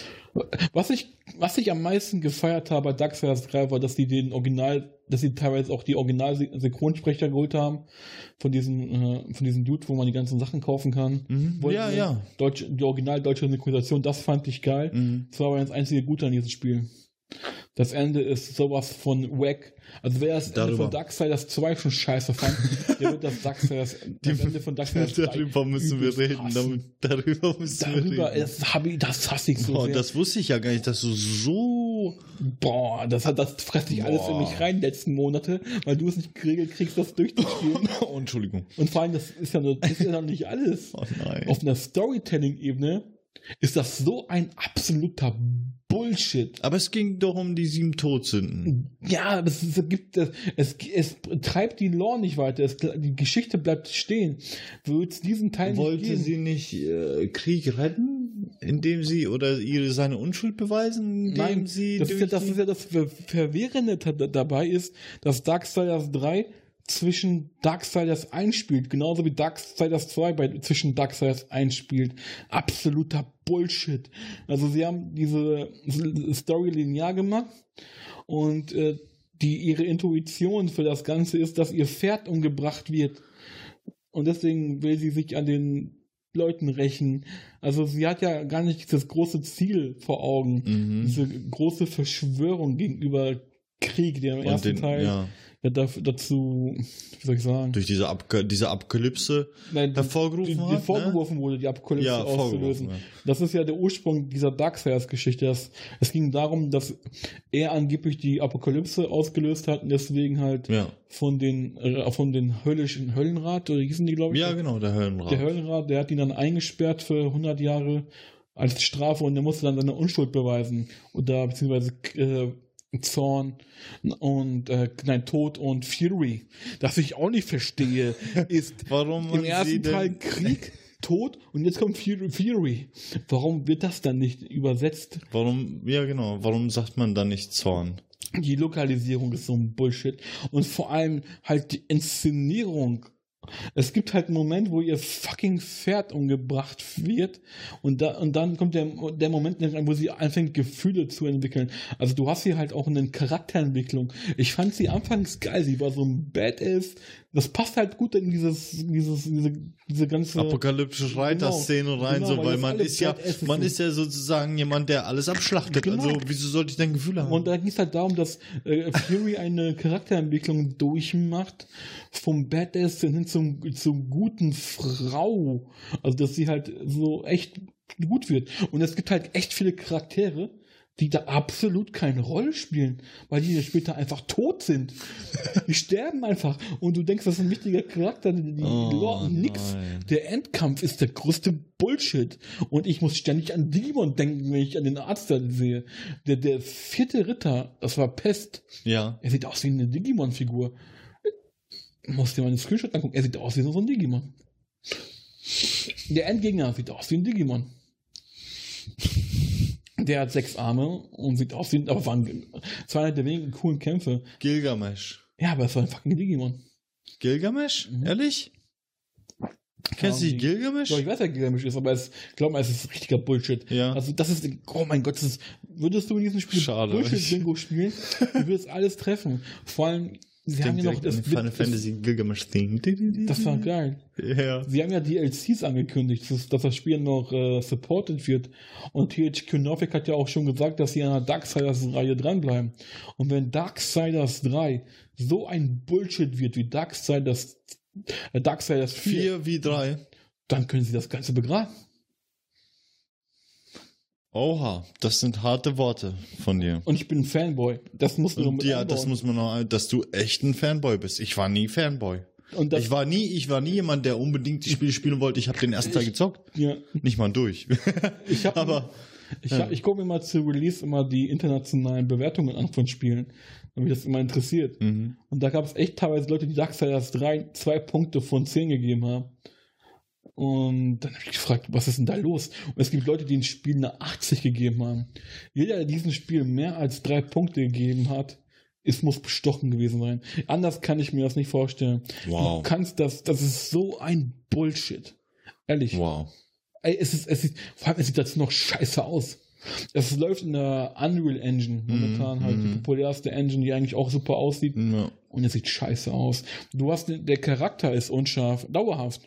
Was ich am meisten gefeiert habe bei Darksiders 3 war, dass sie teilweise auch die Original-Synchronsprecher geholt haben von diesen Dude, wo man die ganzen Sachen kaufen kann. Ja. Die original deutsche Synchronisation, das fand ich geil. Das war aber das einzige Gute an diesem Spiel. Das Ende ist sowas von wack. Also wer das Ende von Darksiders 2 schon scheiße fand, der wird das Ende von Darksiders 3 darüber müssen wir reden. Darüber müssen wir reden. Das hasse ich so sehr. Das wusste ich ja gar nicht, dass du so... Boah, das fresse ich alles in mich rein letzten Monate, weil du es nicht geregelt kriegst, das durchzuspielen. Oh, Entschuldigung. Und vor allem, das ist ja noch nicht alles. Oh nein. Auf einer Storytelling-Ebene ist das so ein absoluter Bullshit. Aber es ging doch um die 7 Todsünden. Ja, aber es treibt die Lore nicht weiter. Die Geschichte bleibt stehen. Würde es diesen Teil Wollte sie nicht Krieg retten, indem sie seine Unschuld beweisen? Nein, das ist ja das Verwirrende dabei ist, dass Darksiders 3 zwischen Darksiders 1 spielt, genauso wie Darksiders 2 zwischen Darksiders 1 spielt. Absoluter Bullshit. Also sie haben diese Story linear gemacht und ihre Intuition für das Ganze ist, dass ihr Pferd umgebracht wird. Und deswegen will sie sich an den Leuten rächen. Also sie hat ja gar nicht dieses große Ziel vor Augen. Diese große Verschwörung gegenüber Krieg, der im ersten Teil dazu, wie soll ich sagen? Durch diese Apokalypse hervorgerufen wurde, die Apokalypse auszulösen. Ja. Das ist ja der Ursprung dieser Darksiders-Geschichte. Es ging darum, dass er angeblich die Apokalypse ausgelöst hat und deswegen halt von den Höllenrat, oder hießen die, glaube ich? Ja, genau, der Höllenrat. Der Höllenrat, der hat ihn dann eingesperrt für 100 Jahre als Strafe und der musste dann seine Unschuld beweisen. Oder beziehungsweise Zorn und Tod und Fury. Das ich auch nicht verstehe, ist warum im ersten Teil Krieg, Tod und jetzt kommt Fury. Warum wird das dann nicht übersetzt? Warum sagt man dann nicht Zorn? Die Lokalisierung ist so ein Bullshit. Und vor allem halt die Inszenierung. Es gibt halt einen Moment, wo ihr fucking Pferd umgebracht wird und dann kommt der Moment, wo sie anfängt, Gefühle zu entwickeln. Also du hast hier halt auch eine Charakterentwicklung. Ich fand sie anfangs geil, sie war so ein Badass. Das passt halt gut in diese ganze apokalyptische Reiter-Szene rein, so, weil man ist ja sozusagen jemand, der alles abschlachtet. Genau. Also wieso sollte ich denn Gefühle haben? Und da ging es halt darum, dass Fury eine Charakterentwicklung durchmacht, vom Badass hin zum guten Frau. Also dass sie halt so echt gut wird. Und es gibt halt echt viele Charaktere, die da absolut keine Rolle spielen, weil die später einfach tot sind. Die sterben einfach. Und du denkst, das ist ein wichtiger Charakter. Nix. Der Endkampf ist der größte Bullshit. Und ich muss ständig an Digimon denken, wenn ich an den Arzt da sehe. Der 4. Ritter, das war Pest. Ja. Er sieht aus wie eine Digimon-Figur. Musst dir mal einen Screenshot angucken. Er sieht aus wie so ein Digimon. Der Endgegner sieht aus wie ein Digimon. Der hat 6 Arme und sieht aus wie, aber waren 200 der wenigen coolen Kämpfe. Gilgamesh. Ja, aber es war ein fucking Digimon. Gilgamesh? Ehrlich? Kennst du die Gilgamesh? Doch, ich weiß, wer Gilgamesh ist, aber glaub mal, es ist richtiger Bullshit. Ja. Also das ist, oh mein Gott, würdest du in diesem Spiel Bullshit-Bingo spielen, du würdest alles treffen. Vor allem, Sie haben ja noch das Final Fantasy Gilgamesh Theme. Das war geil. Ja. Sie haben ja DLCs angekündigt, dass das Spiel noch supported wird. Und THQ Nordic hat ja auch schon gesagt, dass sie an der Darksiders-Reihe dranbleiben. Und wenn Darksiders 3 so ein Bullshit wird wie Darksiders 4 wie 3, dann können sie das Ganze begraben. Oha, das sind harte Worte von dir. Und ich bin ein Fanboy. Das muss man ja, einbauen. Das muss man noch, dass du echt ein Fanboy bist. Ich war nie Fanboy. Und ich war nie jemand, der unbedingt die Spiele spielen wollte. Ich habe den ersten Teil gezockt. Ja. Nicht mal durch. Ich gucke mir mal zu Release immer die internationalen Bewertungen an von Spielen, weil mich das immer interessiert. Mhm. Und da gab es echt teilweise Leute, die Darksiders 3 2 Punkte von 10 gegeben haben. Und dann habe ich gefragt, was ist denn da los? Und es gibt Leute, die ein Spiel eine 80 gegeben haben. Jeder, der diesem Spiel mehr als 3 Punkte gegeben hat, muss bestochen gewesen sein. Anders kann ich mir das nicht vorstellen. Wow. Du kannst das ist so ein Bullshit. Ehrlich. Wow. Ey, vor allem, es sieht dazu noch scheiße aus. Es läuft in der Unreal Engine momentan halt die populärste Engine, die eigentlich auch super aussieht. Ja. Und es sieht scheiße aus. Der Charakter ist unscharf, dauerhaft.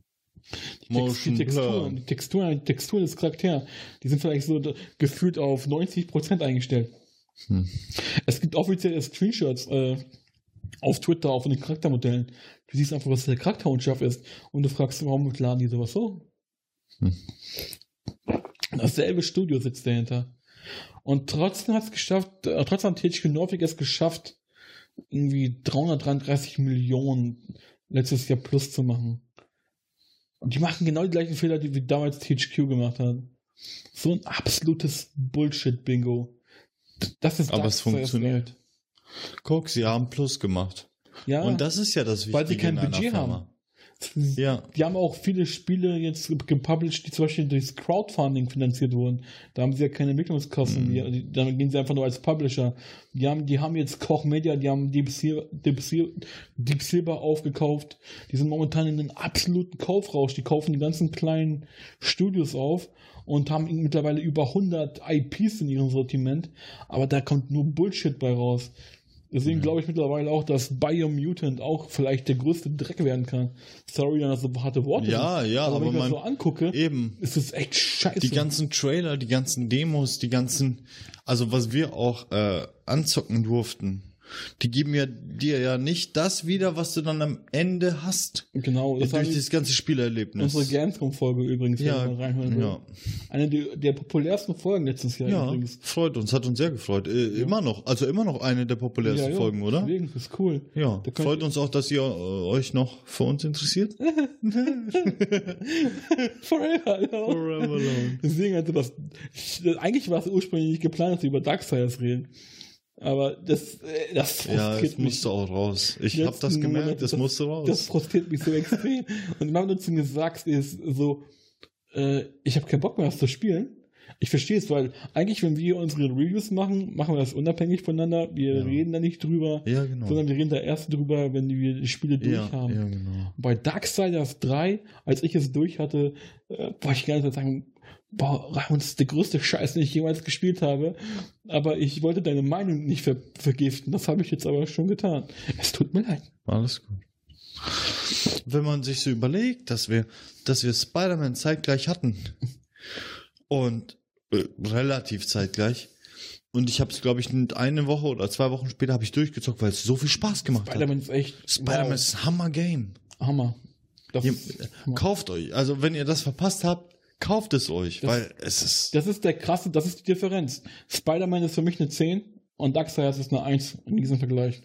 Die Texturen des Charakters, die sind vielleicht so gefühlt auf 90% eingestellt. Es gibt offizielle Screenshots auf Twitter, auch von den Charaktermodellen. Du siehst einfach, was der Charakter unscharf ist und du fragst, warum laden die sowas so? Dasselbe Studio sitzt dahinter. Und trotzdem hat THQ Nordic es geschafft, irgendwie 333 Millionen letztes Jahr plus zu machen. Und die machen genau die gleichen Fehler, die damals THQ gemacht hat. So ein absolutes Bullshit-Bingo. Das ist aber es funktioniert. Guck, sie haben Plus gemacht. Ja. Und das ist ja das Wichtige. Weil sie kein Budget haben. Ja. Die haben auch viele Spiele jetzt gepublished, die zum Beispiel durchs Crowdfunding finanziert wurden. Da haben sie ja keine Entwicklungskosten. Da gehen sie einfach nur als Publisher. Die haben jetzt Koch Media, die haben Deep Silver aufgekauft. Die sind momentan in einem absoluten Kaufrausch. Die kaufen die ganzen kleinen Studios auf und haben mittlerweile über 100 IPs in ihrem Sortiment. Aber da kommt nur Bullshit bei raus. Deswegen glaube ich mittlerweile auch, dass Biomutant auch vielleicht der größte Dreck werden kann. Sorry, dass das so harte Worte sind. Ja, aber wenn ich das so angucke, ist es echt scheiße. Die ganzen Trailer, die ganzen Demos, also was wir auch anzocken durften, die geben dir ja nicht das wieder, was du dann am Ende hast. Genau. Das durch dieses ganze Spielerlebnis. Unsere Gamescom-Folge übrigens. Ja, reinhören ja. Eine der populärsten Folgen letztes Jahr übrigens. Freut uns, hat uns sehr gefreut. Immer noch eine der populärsten Folgen, oder? Deswegen, ist cool. Ja, freut uns auch, dass ihr euch noch für uns interessiert. Forever Alone. Deswegen eigentlich war es ursprünglich nicht geplant, dass wir über Darksiders reden. Aber das frustriert mich. Musste auch raus. Ich habe das gemerkt, das musste raus. Das frustriert mich so extrem. Und wenn du zu mir sagst, ist so, ich habe keinen Bock mehr, das zu spielen. Ich verstehe es, weil eigentlich, wenn wir unsere Reviews machen, machen wir das unabhängig voneinander. Wir reden da nicht drüber, sondern wir reden da erst drüber, wenn wir die Spiele durch haben. Ja, genau. Bei Darksiders 3, als ich es durch hatte, war ich gar nicht sagen, das ist der größte Scheiß, den ich jemals gespielt habe. Aber ich wollte deine Meinung nicht vergiften. Das habe ich jetzt aber schon getan. Es tut mir leid. Alles gut. Wenn man sich so überlegt, dass wir Spider-Man zeitgleich hatten und relativ zeitgleich und ich habe es, glaube ich, eine Woche oder 2 Wochen später habe ich durchgezockt, weil es so viel Spaß gemacht hat. Spider-Man ist echt... Spider-Man ist ein Hammer-Game. Hammer. Kauft euch. Also wenn ihr das verpasst habt, kauft es euch, weil es ist... Das ist die Differenz. Spider-Man ist für mich eine 10 und Darksiders ist eine 1 in diesem Vergleich.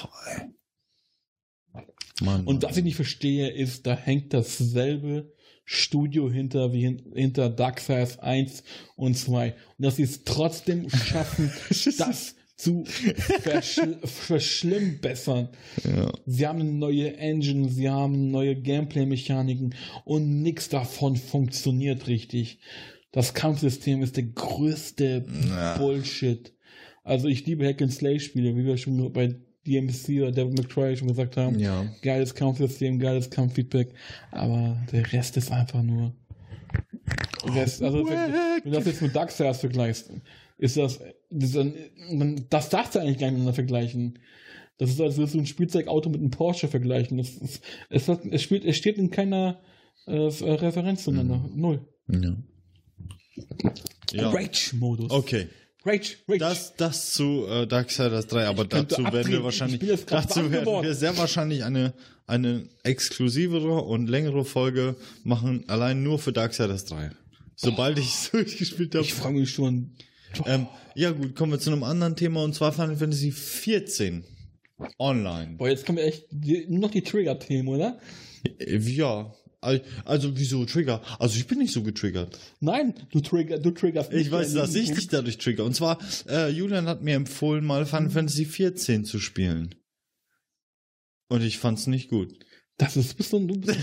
Mann, und was ich nicht verstehe, ist, da hängt dasselbe Studio hinter wie hinter Darksiders 1 und 2. Und dass sie es trotzdem schaffen, das zu verschlimmbessern. Ja. Sie haben eine neue Engine, sie haben neue Gameplay-Mechaniken und nichts davon funktioniert richtig. Das Kampfsystem ist der größte Bullshit. Also ich liebe Hack-and-Slay-Spiele, wie wir schon bei DMC oder Devil May Cry schon gesagt haben. Ja. Geiles Kampfsystem, geiles Kampffeedback, aber der Rest ist einfach nur also wenn du das jetzt mit Darksiders vergleichst, das darfst du eigentlich gar nicht miteinander vergleichen. Das ist also so ein Spielzeugauto mit einem Porsche vergleichen. Es steht in keiner Referenz zueinander. Null. Ja. Rage-Modus. Okay. Rage. Das zu Darksiders 3, aber dazu werden wir sehr wahrscheinlich eine exklusivere und längere Folge machen, allein nur für Darksiders 3. Sobald ich es durchgespielt habe. Ich freue mich schon. Ja gut, kommen wir zu einem anderen Thema, und zwar Final Fantasy 14 online. Boah, jetzt kommen wir echt nur noch die Trigger-Themen, oder? Ja. Also wieso Trigger? Also ich bin nicht so getriggert. Nein, du triggerst nicht. Ich weiß, dass ich dich dadurch trigger. Und zwar, Julian hat mir empfohlen, mal Final Fantasy 14 zu spielen. Und ich fand's nicht gut. Du bist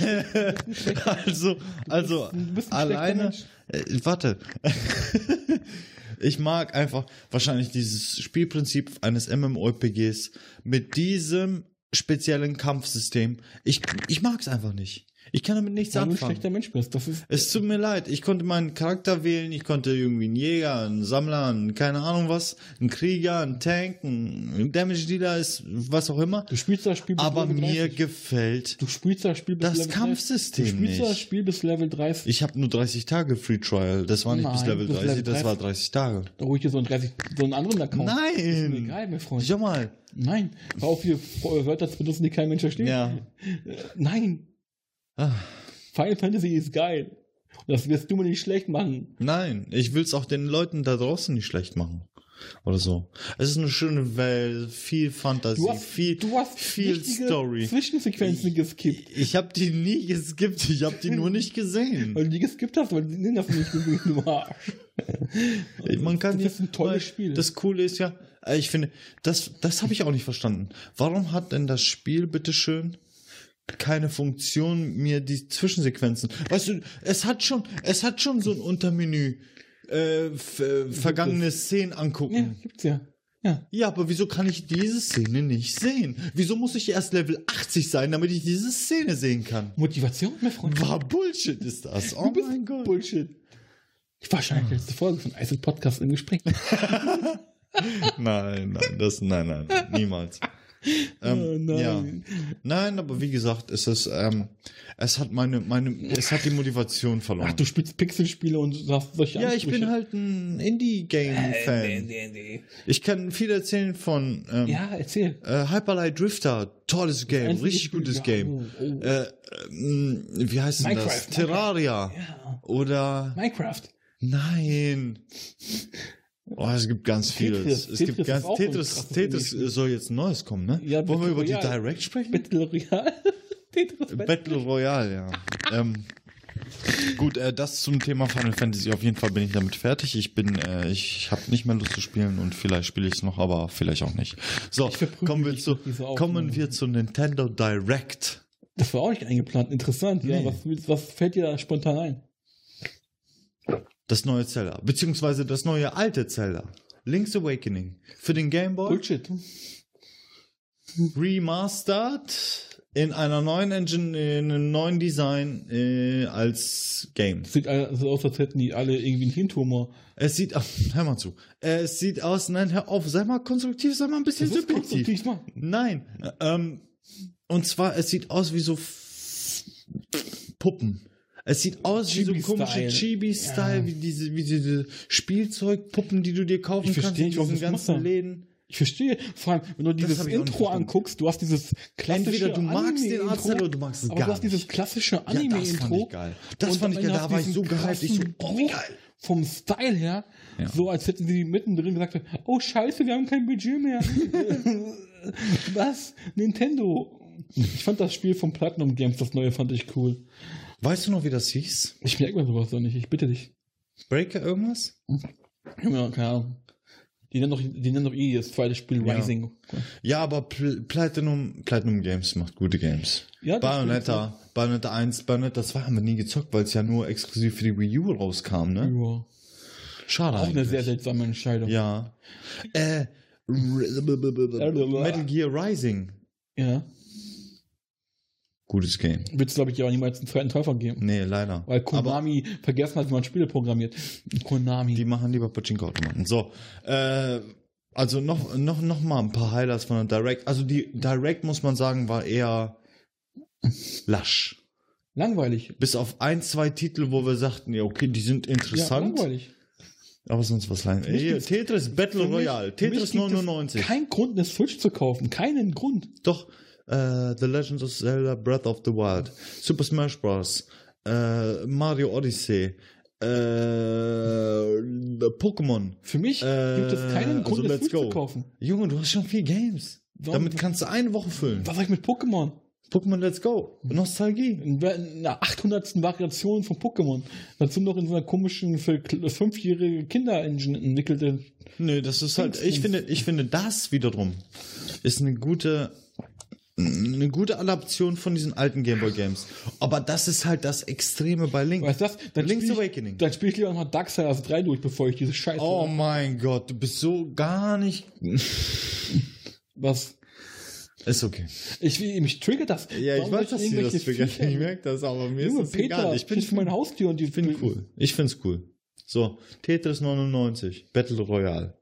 alleine. Warte. Ich mag einfach wahrscheinlich dieses Spielprinzip eines MMORPGs mit diesem speziellen Kampfsystem. Ich mag's einfach nicht. Ich kann damit nichts anfangen. Weil du ein schlechter Mensch bist. Es tut mir leid. Ich konnte meinen Charakter wählen. Ich konnte irgendwie einen Jäger, einen Sammler, keine Ahnung was, einen Krieger, einen Tank, einen Damage Dealer, was auch immer. Du spielst das Spiel bis aber Level 30. mir gefällt das Kampfsystem nicht. Du spielst das Spiel bis Level 30. Ich habe nur 30 Tage Free Trial. Das war nicht bis Level 30, das war 30 Tage. Da hole ich dir so einen anderen Account. Nein! Das ist mir egal, mein Freund. Schau mal. Nein. Hör auf, hier Wörter zu benutzen, die kein Mensch versteht. Ja. Nein. Final Fantasy ist geil. Und das wirst du mir nicht schlecht machen. Nein, ich will es auch den Leuten da draußen nicht schlecht machen. Oder so. Es ist eine schöne Welt, viel Fantasie, viel Story. Zwischensequenzen geskippt. Ich habe die nie geskippt, ich habe die nur nicht gesehen. Weil du die geskippt hast, weil die das nicht gesehen, du Arsch. Das ist ein tolles Spiel. Das Coole ist ja, ich finde, das habe ich auch nicht verstanden. Warum hat denn das Spiel, bitteschön, keine Funktion, mir die Zwischensequenzen. Weißt du, es hat schon so ein Untermenü, vergangene Szenen angucken. Ja, gibt's ja. Ja, aber wieso kann ich diese Szene nicht sehen? Wieso muss ich erst Level 80 sein, damit ich diese Szene sehen kann? Motivation, mein Freund. War Bullshit ist das. Oh mein Gott. Bullshit. Wahrscheinlich letzte Folge von Eis Podcast im Gespräch. Nein, niemals. Nein. Ja. Nein, aber wie gesagt, es hat die Motivation verloren. Ach, du spielst Pixelspiele und sagst solche Ja, ich bin halt ein Indie-Game-Fan. Ich kann viel erzählen von erzähl. Hyper Light Drifter, tolles Game, richtig gutes Game. Wie heißt denn das? Terraria. Ja. Oder Minecraft. Nein. Oh, es gibt ganz vieles. Tetris soll jetzt Neues kommen, ne? Ja, wollen wir über die Direct sprechen? Battle Royale. Battle Royale, ja. Gut, das zum Thema Final Fantasy. Auf jeden Fall bin ich damit fertig. Ich habe nicht mehr Lust zu spielen und vielleicht spiele ich es noch, aber vielleicht auch nicht. So, kommen wir zu Nintendo Direct. Das war auch nicht eingeplant. Interessant, ja. Was fällt dir da spontan ein? Das neue Zelda, beziehungsweise das neue alte Zelda. Link's Awakening. Für den Game Boy. Bullshit. Remastered in einer neuen Engine, in einem neuen Design als Game. Sieht also aus, als hätten die alle irgendwie einen Hirntumor. Hör mal zu. Es sieht aus, nein, hör auf, sei mal konstruktiv, sei mal ein bisschen subjektiv. Nein. Und zwar, es sieht aus wie so Puppen. Es sieht aus wie so komische Chibi-Style, wie diese Spielzeugpuppen, die du dir kaufen kannst in diesen ganzen Läden. Ich verstehe. Vor allem, wenn du dieses Intro anguckst, du hast dieses klassische Entweder du magst den Arzt oder du magst es gar nicht. Du hast dieses klassische Anime-Intro. Das fand ich geil. Da war ich so gehypt. Ich so, wie geil. Vom Style her, so als hätten sie mittendrin gesagt, oh scheiße, wir haben kein Budget mehr. Was? Nintendo. Ich fand das Spiel von Platinum Games, das neue, fand ich cool. Weißt du noch, wie das hieß? Ich merke mir sowas doch nicht, ich bitte dich. Breaker irgendwas? Ja, keine Ahnung. Die nennen doch das zweite Spiel Rising. Ja, aber Platinum Games macht gute Games. Ja, Bayonetta 1, Bayonetta 2 haben wir nie gezockt, weil es ja nur exklusiv für die Wii U rauskam, ne? Ja. Schade auch eigentlich. Eine sehr seltsame Entscheidung. Ja. Metal Gear Rising. Ja. Gutes Game. Willst du, glaube ich, aber niemals einen zweiten Teil vergeben. Nee, leider. Weil Konami vergessen hat, wie man Spiele programmiert. Konami. Die machen lieber Pachinko-Automaten. So, Also noch mal ein paar Highlights von der Direct. Also die Direct, muss man sagen, war eher lasch. Langweilig. Bis auf 1, 2 Titel, wo wir sagten, ja, okay, die sind interessant. Ja, langweilig. Aber sonst was langweilig. Tetris Battle Royale, Tetris 99. Kein Grund, eine Switch zu kaufen. Keinen Grund. Doch, The Legend of Zelda Breath of the Wild, Super Smash Bros., Mario Odyssey, Pokémon. Für mich gibt es keinen Grund, eine Switch zu kaufen. Junge, du hast schon 4 Games. Damit kannst du eine Woche füllen. Was sag ich mit Pokémon? Pokémon Let's Go. Nostalgie. In der 800. Variation von Pokémon. Dazu noch in so einer komischen, für 5-jährige Kinder-Engine entwickelte. Nö, das ist halt, ich finde, das wiederum ist eine gute Adaption von diesen alten Gameboy Games. Aber das ist halt das Extreme bei Link. Weißt du das? Link's Awakening. Dann spiele ich lieber noch Darksiders 3 durch, bevor ich diese Scheiße... Oh mein Gott, du bist so gar nicht... Was? Ist okay. Mich triggert das. Ja, ich weiß, dass dir das triggert. Ich merke das, aber mir ist das egal. Ich bin für meine Haustür und die finde cool. Ich finde es cool. So, Tetris 99, Battle Royale.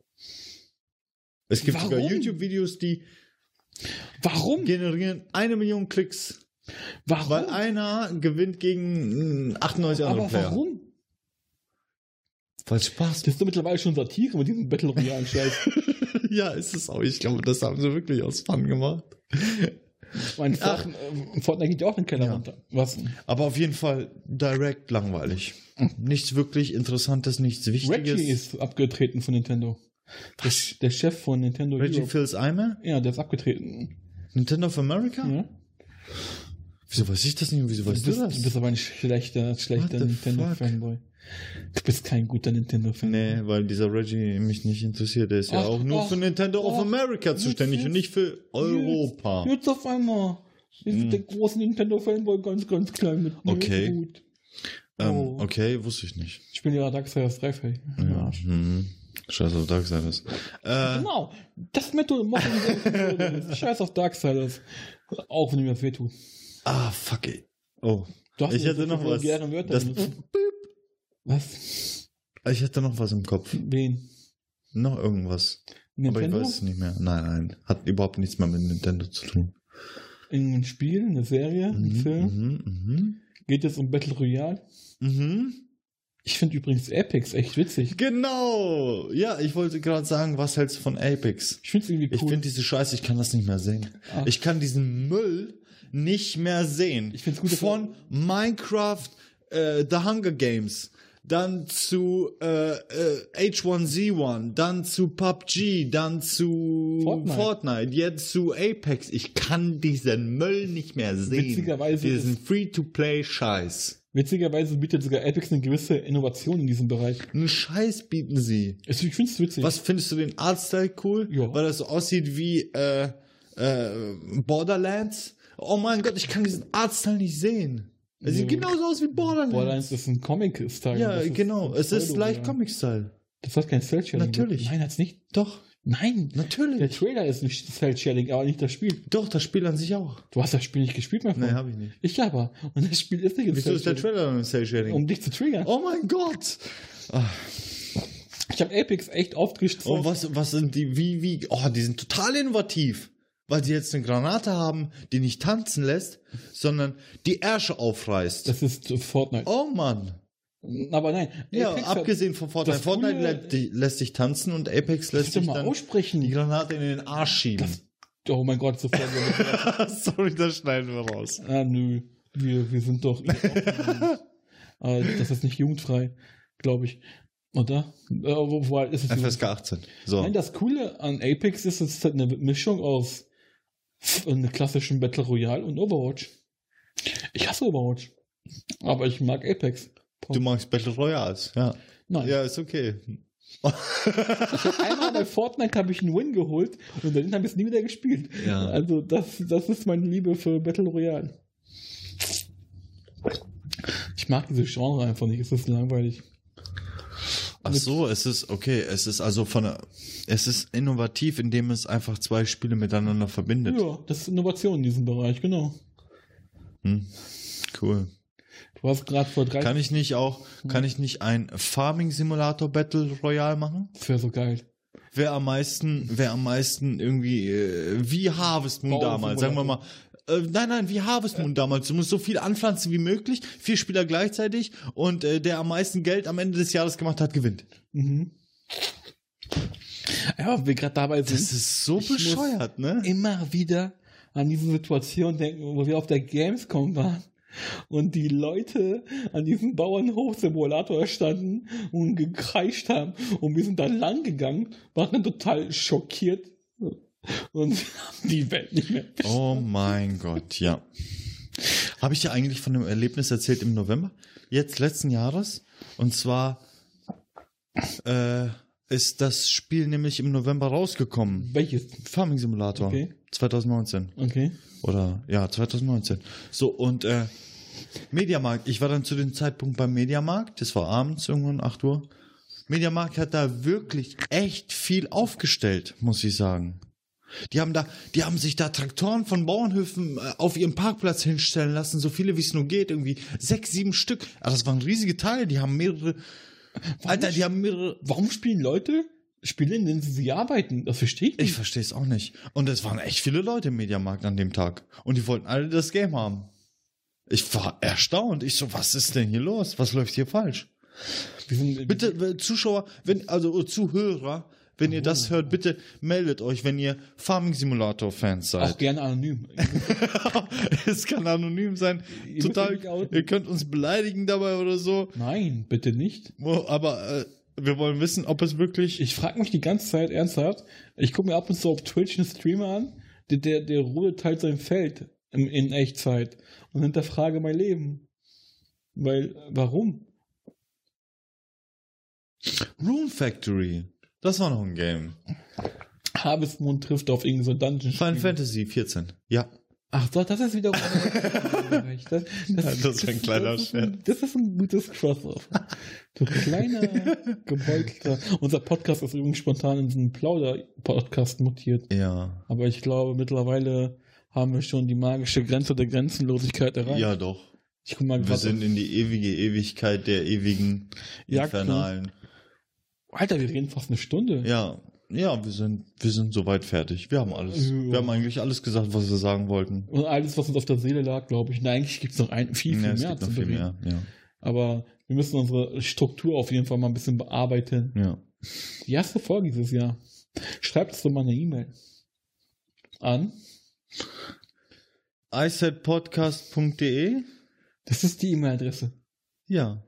Es gibt sogar YouTube-Videos, die generieren 1 Million Klicks. Warum? Weil einer gewinnt gegen 98 andere Player. Aber warum? Weil Spaß. Das ist doch mittlerweile schon Satire mit diesem Battle Royale Scheiß. Ja, ist es auch. Ich glaube, das haben sie wirklich aus Fun gemacht. Fortnite geht ja auch in den Keller runter. Was? Aber auf jeden Fall direkt langweilig. Nichts wirklich Interessantes, nichts Wichtiges. Reggie ist abgetreten von Nintendo. Der Chef von Nintendo. Reggie Fils-Aime? Ja, der ist abgetreten. Nintendo of America? Ja. Wieso weiß ich das nicht? Wieso weißt du das? Du bist aber ein schlechter Nintendo-Fanboy. Du bist kein guter Nintendo-Fan. Nee, weil dieser Reggie mich nicht interessiert. Der ist ja auch nur für Nintendo of America zuständig und nicht für Europa. Jetzt auf einmal ist der große Nintendo-Fanboy ganz, ganz klein mit mir. Okay. Gut. Okay, wusste ich nicht. Ich bin ja Darksiders 3 Fan. Ja. Scheiß auf Darksiders. Genau. Das Methode machen wir. Scheiß auf Darksiders. Auch wenn mir das wehtut. Ah, fuck it. Oh. Ich hätte noch was. Was? Ich hatte noch was im Kopf. Wen? Noch irgendwas. Nintendo? Aber ich weiß es nicht mehr. Nein. Hat überhaupt nichts mehr mit Nintendo zu tun. In einem Spiel, eine Serie, ein Film? Geht es um Battle Royale? Ich finde übrigens Apex echt witzig. Genau! Ja, ich wollte gerade sagen, was hältst du von Apex? Ich finde es irgendwie cool. Ich finde diese Scheiße, ich kann das nicht mehr sehen. Ich kann diesen Müll nicht mehr sehen. Ich finde es gut. Von Minecraft, The Hunger Games, dann zu H1Z1, dann zu PUBG, dann zu Fortnite, jetzt zu Apex. Ich kann diesen Müll nicht mehr sehen. Witzigerweise diesen Free-to-Play-Scheiß. Witzigerweise bietet sogar Apex eine gewisse Innovation in diesem Bereich. Einen Scheiß bieten sie. Ich finde es witzig. Was findest du den Artstyle cool? Ja. Weil das so aussieht wie Borderlands. Oh mein Gott, ich kann diesen Artstyle nicht sehen. Es sieht genauso aus wie Borderlands. Borderlands ist ein Comic-Style. Ja, genau. Es ist leicht Comic-Style. Das hat kein Cell-Shading. Natürlich. Nein, hat's nicht. Doch. Nein. Natürlich. Der Trailer ist nicht Cell-Shading, aber nicht das Spiel. Doch, das Spiel an sich auch. Du hast das Spiel nicht gespielt, mein Freund? Nein, habe ich nicht. Ich aber. Und das Spiel ist nicht in Wieso ist der Trailer dann Cell-Shading? Um dich zu triggern. Oh mein Gott. Ich habe Apex echt oft gestritten. Und was sind die, die sind total innovativ. Weil sie jetzt eine Granate haben, die nicht tanzen lässt, sondern die Ärsche aufreißt. Das ist Fortnite. Oh Mann. Aber nein. Ja, Apex abgesehen von Fortnite. Fortnite lässt dich tanzen und Apex lässt dich dann die Granate in den Arsch schieben. Oh mein Gott, sofort. Sorry, das schneiden wir raus. Nö. Wir sind doch... das ist nicht jugendfrei, glaube ich. Oder? Wobei ist es FSK 18. So. Nein, das Coole an Apex ist, es ist halt eine Mischung aus einem klassischen Battle Royale und Overwatch. Ich hasse Overwatch. Aber ich mag Apex. Du magst Battle Royals, ja. Nein. Ja, ist okay. Ich habe einmal bei Fortnite einen Win geholt und dann habe ich es nie wieder gespielt. Ja. Also das ist meine Liebe für Battle Royale. Ich mag diese Genre einfach nicht. Es ist langweilig. Ach so, es ist also es ist innovativ, indem es einfach zwei Spiele miteinander verbindet. Ja, das ist Innovation in diesem Bereich, genau. Cool. Du hast gerade vor 3... Kann ich nicht ein Farming Simulator Battle Royale machen? Das wäre so geil. wer am meisten irgendwie, wie Harvest Moon damals, sagen wir mal. Nein, wie Harvest Moon damals. Du musst so viel anpflanzen wie möglich, 4 Spieler gleichzeitig und der am meisten Geld am Ende des Jahres gemacht hat, gewinnt. Mhm. Ja, wir gerade dabei sind. Das ist so bescheuert, ne? Immer wieder an diese Situation denken, wo wir auf der Gamescom waren und die Leute an diesem Bauernhof-Simulator standen und gekreischt haben und wir sind da lang gegangen, waren total schockiert und haben die Welt nicht mehr verstanden. Oh mein Gott, ja. Habe ich dir eigentlich von dem Erlebnis erzählt im November? Jetzt letzten Jahres? Und zwar ist das Spiel nämlich im November rausgekommen. Welches? Farming Simulator. Okay. 2019. Okay. Oder, ja, 2019. So, und Mediamarkt. Ich war dann zu dem Zeitpunkt beim Mediamarkt. Das war abends irgendwann, 8 Uhr. Mediamarkt hat da wirklich echt viel aufgestellt, muss ich sagen. Die haben sich da Traktoren von Bauernhöfen auf ihrem Parkplatz hinstellen lassen, so viele wie es nur geht, irgendwie 6, 7 Stück. Aber das waren riesige Teile, die haben mehrere. Warum spielen Leute Spiele, in denen sie arbeiten? Das verstehe ich nicht. Ich verstehe es auch nicht. Und es waren echt viele Leute im Mediamarkt an dem Tag. Und die wollten alle das Game haben. Ich war erstaunt. Ich so, was ist denn hier los? Was läuft hier falsch? Bitte, Zuschauer, Zuhörer, wenn ihr das hört, bitte meldet euch, wenn ihr Farming Simulator Fans seid. Auch gerne anonym. Es kann anonym sein. Ihr könnt uns beleidigen dabei oder so. Nein, bitte nicht. Aber wir wollen wissen, ob es wirklich... Ich frage mich die ganze Zeit ernsthaft. Ich gucke mir ab und zu auf Twitch einen Streamer an, der rodet halt sein Feld in Echtzeit und hinterfrage mein Leben. Warum? Rune Factory. Das war noch ein Game. Harvest Moon trifft auf irgendein so Dungeon. Final Fantasy 14. Ja. Ach so, das ist wiederum. Das ist ein kleiner Scherz. Das ist ein gutes Crossover. Du kleiner, gebeutelter. Unser Podcast ist übrigens spontan in so einen Plauder-Podcast mutiert. Ja. Aber ich glaube, mittlerweile haben wir schon die magische Grenze der Grenzenlosigkeit erreicht. Ja, doch. Ich guck mal wir sind in die ewige Ewigkeit der ewigen Infernalen. Alter, wir reden fast eine Stunde. Ja, wir sind soweit fertig. Wir haben alles. Ja. Wir haben eigentlich alles gesagt, was wir sagen wollten. Und alles, was uns auf der Seele lag, glaube ich. Nein, eigentlich gibt es noch viel mehr zu bereden. Ja. Aber wir müssen unsere Struktur auf jeden Fall mal ein bisschen bearbeiten. Ja. Die erste Folge dieses Jahr. Schreibt uns doch mal eine E-Mail an iSetPodcast.de. Das ist die E-Mail-Adresse. Ja.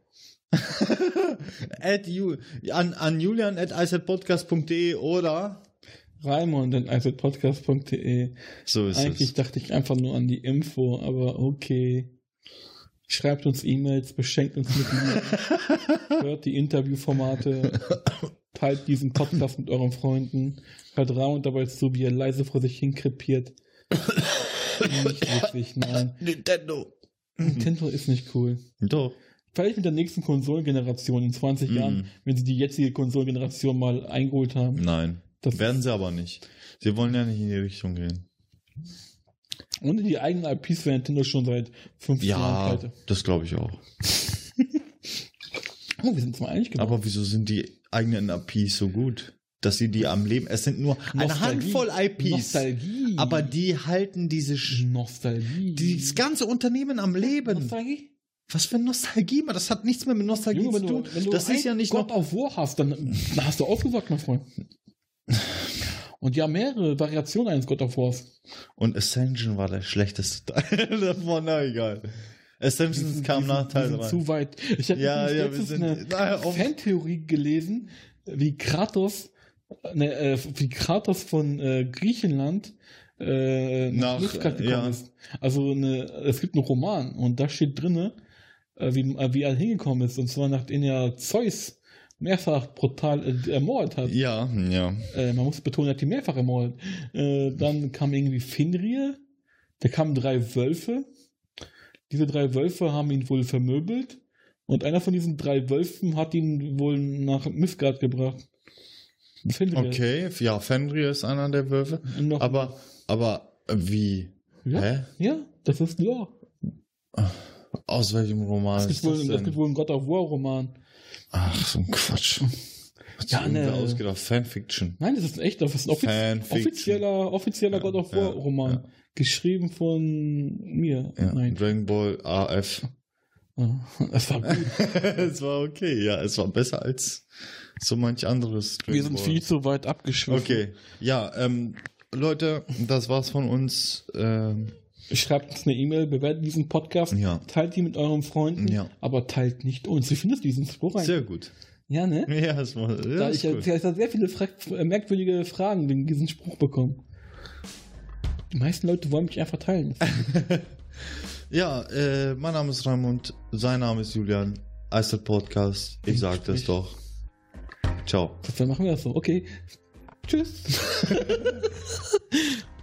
an julian@iSetPodcast.de oder Raimund@iSetPodcast.de. So ist Eigentlich dachte ich einfach nur an die Info, aber okay. Schreibt uns E-Mails, beschenkt uns mit Liebe, hört die Interviewformate, teilt diesen Podcast mit euren Freunden, hört Raimund dabei zu, wie er leise vor sich hin krepiert. Nicht wichtig, nein. Nintendo ist nicht cool. Doch. Vielleicht mit der nächsten Konsolengeneration in 20 Jahren, wenn sie die jetzige Konsolengeneration mal eingeholt haben. Nein, das werden sie aber nicht. Sie wollen ja nicht in die Richtung gehen. Und die eigenen IPs für Nintendo schon seit 15 Jahren pleite. Ja, das glaube ich auch. Oh, wir sind zwar einig geworden. Aber wieso sind die eigenen IPs so gut? Dass sie die am Leben... Es sind nur eine Handvoll IPs. Nostalgie. Aber die halten diese... Nostalgie. Dieses ganze Unternehmen am Leben. Nostalgie? Was für Nostalgie, man. Das hat nichts mehr mit Nostalgie zu tun. Wenn du das ist ja nicht God of War hast, dann hast du aufgesagt, mein Freund. Und ja, mehrere Variationen eines God of Wars. Und Ascension war der schlechteste Teil davon, na egal. Ascension kam nach Teil 3. Zu weit. Ich habe letztens eine Fantheorie gelesen, wie Kratos von Griechenland nach Midgard gekommen ist. Also es gibt einen Roman und da steht drinne, wie er hingekommen ist. Und zwar nachdem er Zeus mehrfach brutal ermordet hat. Ja. Man muss betonen, er hat die mehrfach ermordet. Dann kam irgendwie Fenrir. Da kamen 3 Wölfe. Diese 3 Wölfe haben ihn wohl vermöbelt. Und einer von diesen 3 Wölfen hat ihn wohl nach Midgard gebracht. Fenrir. Okay, ja, Fenrir ist einer der Wölfe. Aber wie? Ja, hä? Ja, das ist Lore. Aus welchem Roman ist das denn? Es gibt wohl einen God of War Roman. Ach, so ein Quatsch. Ja, ne. Ausgedacht. Fanfiction. Nein, das ist echt, das ist ein offizieller God of War Roman. Ja. Geschrieben von mir. Ja, nein. Dragon Ball AF. Es war gut. Es war okay, ja. Es war besser als so manch anderes. Wir sind viel zu weit abgeschwiffen. Okay, ja, Leute, das war's von uns. Schreibt uns eine E-Mail, bewertet diesen Podcast, teilt die mit euren Freunden, aber teilt nicht uns. Wie findest du diesen Spruch eigentlich? Sehr gut. Ja, ne? Ja, das war ich habe sehr viele merkwürdige Fragen wegen diesem Spruch bekommen. Die meisten Leute wollen mich einfach teilen. Ja, mein Name ist Raimund, sein Name ist Julian, Eistert Podcast. Ich sag das doch. Ciao. Dann machen wir das so. Okay. Tschüss.